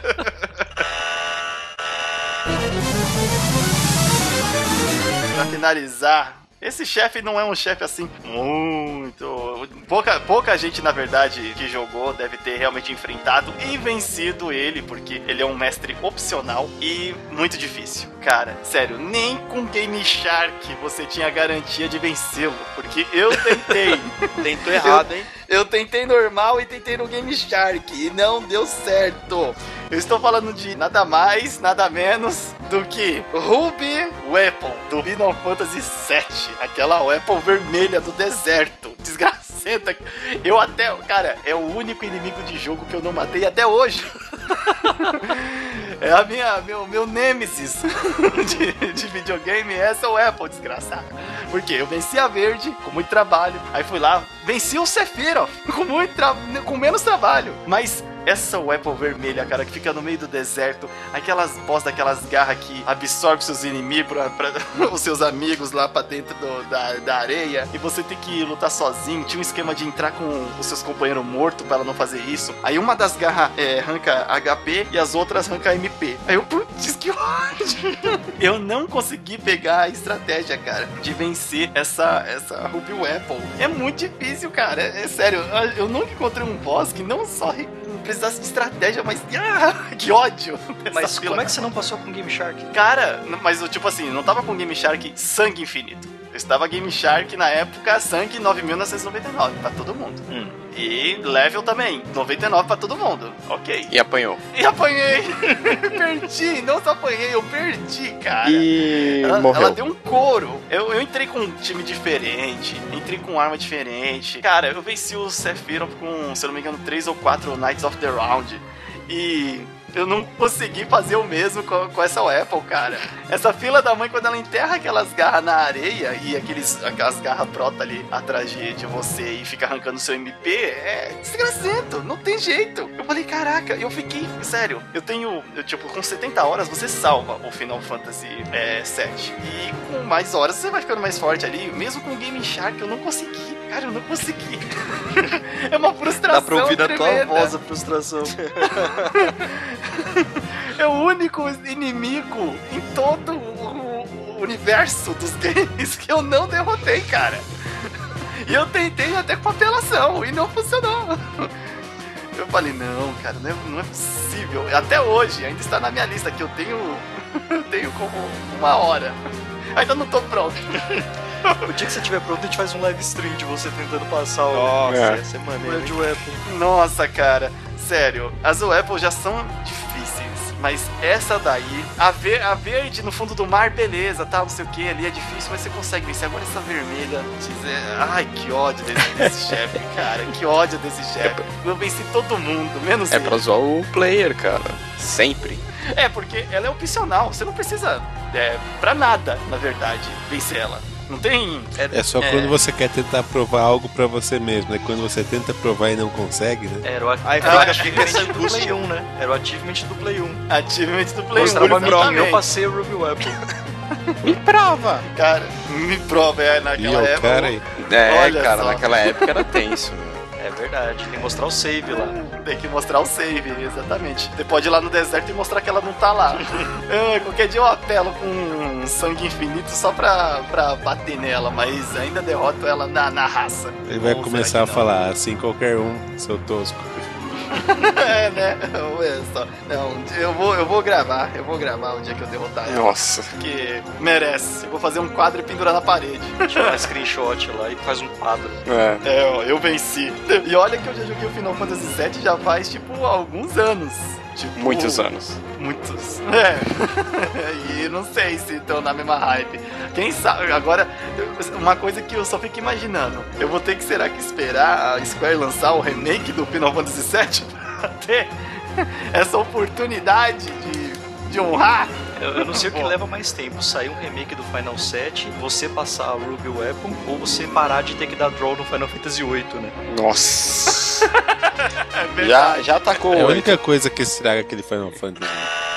Pra finalizar, esse chefe não é um chefe assim muito... Pouca gente, na verdade, que jogou deve ter realmente enfrentado e vencido ele, porque ele é um mestre opcional e muito difícil. Cara, sério, nem com Game Shark você tinha garantia de vencê-lo, porque eu tentei. Tentou errado, hein? Eu tentei normal e tentei no Game Shark e não deu certo. Eu estou falando de nada mais, nada menos do que Ruby Weapon, do Final Fantasy VII. Aquela weapon vermelha do deserto. Desgracenta. Cara, é o único inimigo de jogo que eu não matei até hoje. É meu nêmesis de videogame, essa weapon, desgraçada. Porque eu venci a verde com muito trabalho. Aí fui lá, venci o Sephiroth com menos trabalho. Mas essa weapon vermelha, cara, que fica no meio do deserto, aquelas boss daquelas garras que absorve seus inimigos, os seus amigos lá pra dentro da areia, e você tem que lutar sozinho. Tinha um esquema de entrar com os seus companheiros mortos pra ela não fazer isso. Aí uma das garras arranca HP e as outras arranca MP. Aí eu, putz, que ódio! Eu não consegui pegar a estratégia, cara, de vencer essa Ruby Weapon. É muito difícil, cara. É sério, eu nunca encontrei um boss que não só precisasse de estratégia, mas... que ódio! Mas como é que você não passou com Game Shark? Cara, mas eu, tipo assim, não tava com Game Shark sangue infinito. Eu estava Game Shark na época sangue 9.999 pra todo mundo. E level também, 99 pra todo mundo. Ok. E apanhou. E apanhei! Perdi! Não só apanhei, eu perdi, cara. E morreu. Ela deu um couro. Eu entrei com um time diferente, entrei com arma diferente. Cara, eu venci o Sephiroth com, se eu não me engano, 3 ou 4 Knights of the Round. E eu não consegui fazer o mesmo com essa weapon, cara. Essa fila da mãe, quando ela enterra aquelas garras na areia e aquelas garras brotam ali atrás de você e fica arrancando seu MP, é desgracento, não tem jeito. Eu falei, caraca, eu fiquei, sério, tipo, com 70 horas você salva o Final Fantasy VII. E com mais horas você vai ficando mais forte ali. Mesmo com o Game Shark eu não consegui. Cara, eu não consegui. É uma frustração. Dá pra ouvir tremenda. na tua voz a frustração. É o único inimigo em todo o universo dos games que eu não derrotei, cara. E eu tentei até com apelação e não funcionou. Eu falei, não, cara, não é possível. Até hoje, ainda está na minha lista que eu tenho como 1 hora. Ainda não tô pronto. O dia que você estiver pronto, a gente faz um live stream de você tentando passar o... Nossa, ia ser maneiro. De weapon. Nossa, cara, sério, as weapons já são difíceis, mas essa daí, a verde no fundo do mar, beleza, tá, não sei o que, ali é difícil, mas você consegue vencer. Agora essa vermelha, ai, que ódio desse chefe, cara, que ódio desse chefe. Eu venci todo mundo, menos ele. É pra zoar o player, cara, sempre. Porque ela é opcional, você não precisa, pra nada, na verdade, vencer ela. Não tem... É só quando você quer tentar provar algo pra você mesmo, né? Quando você tenta provar e não consegue, né? Era o achievement do Play 1, né? Era o achievement do Play 1. Achievement do Play 1. Mostrava pra mim, eu passei o Ruby Weapon. Me prova! Cara, me prova, E naquela o época. cara aí. Olha Cara, só. naquela época era tenso. É verdade, tem que mostrar o save lá. Tem que mostrar o save, exatamente. Você pode ir lá no deserto e mostrar que ela não tá lá. Qualquer dia eu apelo com sangue infinito só pra bater nela, mas ainda derroto ela na raça. Ele vai Ou começar a será que não? falar assim, qualquer um, seu tosco. É, né? Olha só. Não, eu vou gravar o dia que eu derrotar ela. Nossa. Porque merece. Eu vou fazer um quadro e pendurar na parede. Tirar um screenshot lá e faz um quadro. É. Ó, eu venci. E olha que eu já joguei o Final Fantasy VII já faz, tipo, alguns anos. Tipo, Muitos anos. Muitos. E não sei se estão na mesma hype. Quem sabe? Agora, uma coisa que eu só fico imaginando. Eu vou ter que, será que esperar a Square lançar o remake do Final Fantasy VII pra ter essa oportunidade de honrar? Eu não sei o que Bom. leva mais tempo, sair um remake do Final 7, você passar o Ruby Weapon, ou você parar de ter que dar draw no Final Fantasy 8, né? Nossa. É verdade. já atacou É a o única coisa que estraga aquele Final Fantasy.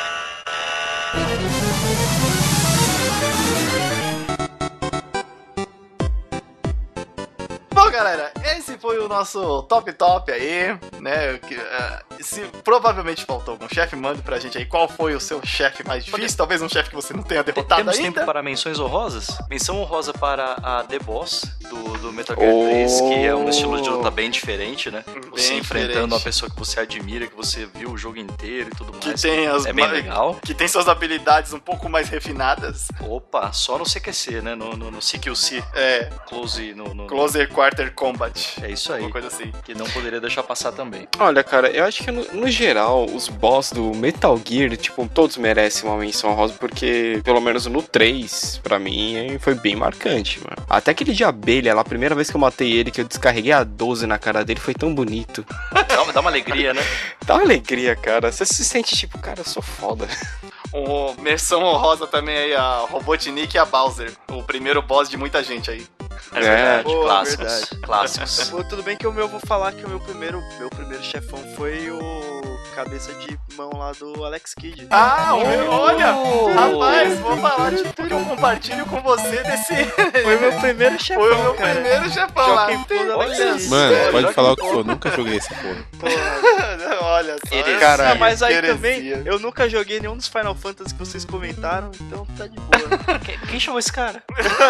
Bom, galera, esse foi o nosso top aí, né? Se provavelmente faltou algum chefe, mande pra gente aí qual foi o seu chefe mais difícil. Talvez um chefe que você não tenha derrotado Temos ainda. tempo para menções honrosas? Menção honrosa para a The Boss do Metal Gear 3, que é um estilo de luta bem diferente, né? Você enfrentando diferente. uma pessoa que você admira, que você viu o jogo inteiro e tudo Que mais. tem as É bem legal. Que tem suas habilidades um pouco mais refinadas. Opa, só no CQC, né? No CQC. É, Close no... Closer Quarter Combat. É isso aí. Uma coisa assim. Que não poderia deixar passar também. Olha, cara, eu acho que no geral, os boss do Metal Gear, tipo, todos merecem uma menção rosa, porque, pelo menos no 3, pra mim, foi bem marcante, mano. Até aquele de abelha lá, a primeira vez que eu matei ele, que eu descarreguei a 12 na cara dele, foi tão bonito. Dá uma alegria, né? Dá uma alegria, cara. Você se sente tipo, cara, eu sou foda. Menção honrosa também aí a Robotnik e a Bowser. O primeiro boss de muita gente aí. É verdade. Pô, Clássicos. verdade. Clássicos. Pô, tudo bem que o meu, vou falar que o meu primeiro chefão foi o cabeça de mão lá do Alex Kidd. Ah, olha! Rapaz, vou falar de tudo que eu compartilho com você desse. Foi o meu primeiro chefão, Foi o meu cara. primeiro chefão lá. Joaquim Pô do Alex Olha Kidd. Mano, É, pode joga falar o que que for, eu nunca joguei essa porra. Olha só. Ele- Cara, Ah, mas aí heresia. também, eu nunca joguei nenhum dos Final Fantasy que vocês comentaram, então tá de boa. Quem chamou esse cara?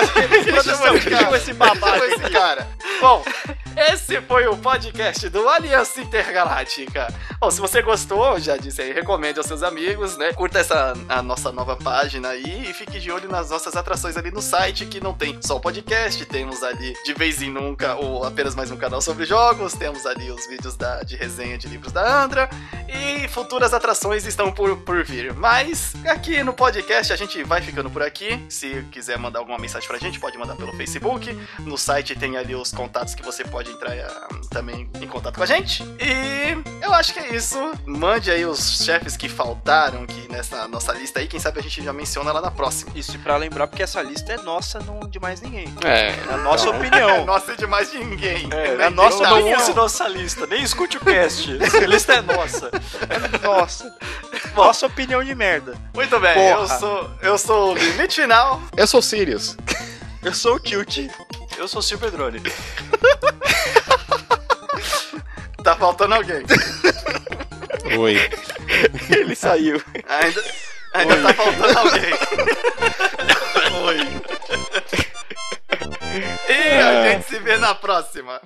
Quem chamou esse babaca? Quem foi esse cara? Bom, esse foi o podcast do Aliança Intergaláctica. Bom, se você gostou, já disse aí, recomende aos seus amigos, né? Curta a nossa nova página aí e fique de olho nas nossas atrações ali no site, que não tem só o podcast, temos ali de vez em nunca ou apenas mais um canal sobre jogos, temos ali os vídeos de resenha de livros da Andra e futuras atrações estão por vir. Mas aqui no podcast a gente vai ficando por aqui. Se quiser mandar alguma mensagem pra gente, pode mandar pelo Facebook. No site tem ali os contatos que você pode entrar também em contato com a gente. E eu acho que é isso. Mande aí os chefes que faltaram aqui nessa nossa lista aí. Quem sabe a gente já menciona lá na próxima. Isso, e pra lembrar, porque essa lista é nossa, não de mais ninguém. É. É a nossa É opinião. nossa de mais ninguém. É a nossa Não opinião. use nossa lista, nem escute o cast. Essa lista é nossa. Nossa. Nossa opinião de merda. Muito bem, Porra. eu sou o Limite Final. Eu sou Sirius. Eu sou o Tilt. Eu sou o Silver Drone. Tá faltando alguém. Oi. Ele saiu. Ainda tá faltando alguém. Oi. E a gente se vê na próxima.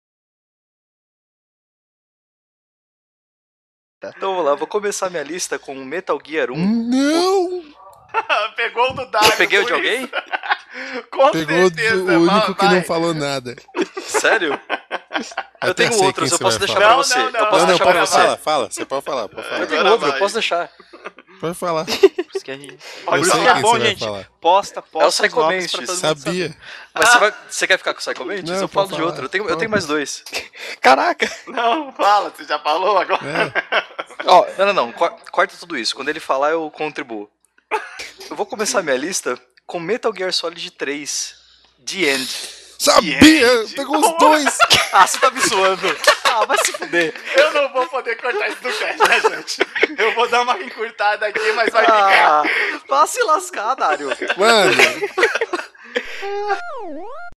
Então vamos lá, vou começar minha lista com Metal Gear 1. Não! Pegou o do Dario. Eu peguei o por de alguém? isso. Com Pegou certeza, o único que vai. não falou nada. Sério? Eu Até tenho sei outros, quem eu você posso vai deixar falar. pra você. Não, não, Eu posso Não, deixar pra pode você. falar, você pode falar, pode falar. Eu tenho Agora outro, eu vai. posso deixar. Pode falar. Por isso que a gente... Eu Por isso sei que é quem bom, você vai gente. falar. Posta É o os Psycho nomes pra Mantis. todo mundo saber. Sabia. Mas você quer ficar com o Psycho Mantis? Não, Eu falo pode de outro. falar. Eu tenho mais dois. Caraca. Não, fala, você já falou agora? Ó, não. Corta tudo isso. Quando ele falar, eu contribuo. Eu vou começar minha lista com Metal Gear Solid 3. The End. Sabia! Pegou os dois! Ah, você tá me zoando. Ah, vai se fuder. Eu não vou poder cortar isso do cast, né, gente? Eu vou dar uma encurtada aqui, mas vai ficar. Vá se lascar, Dário. Mano,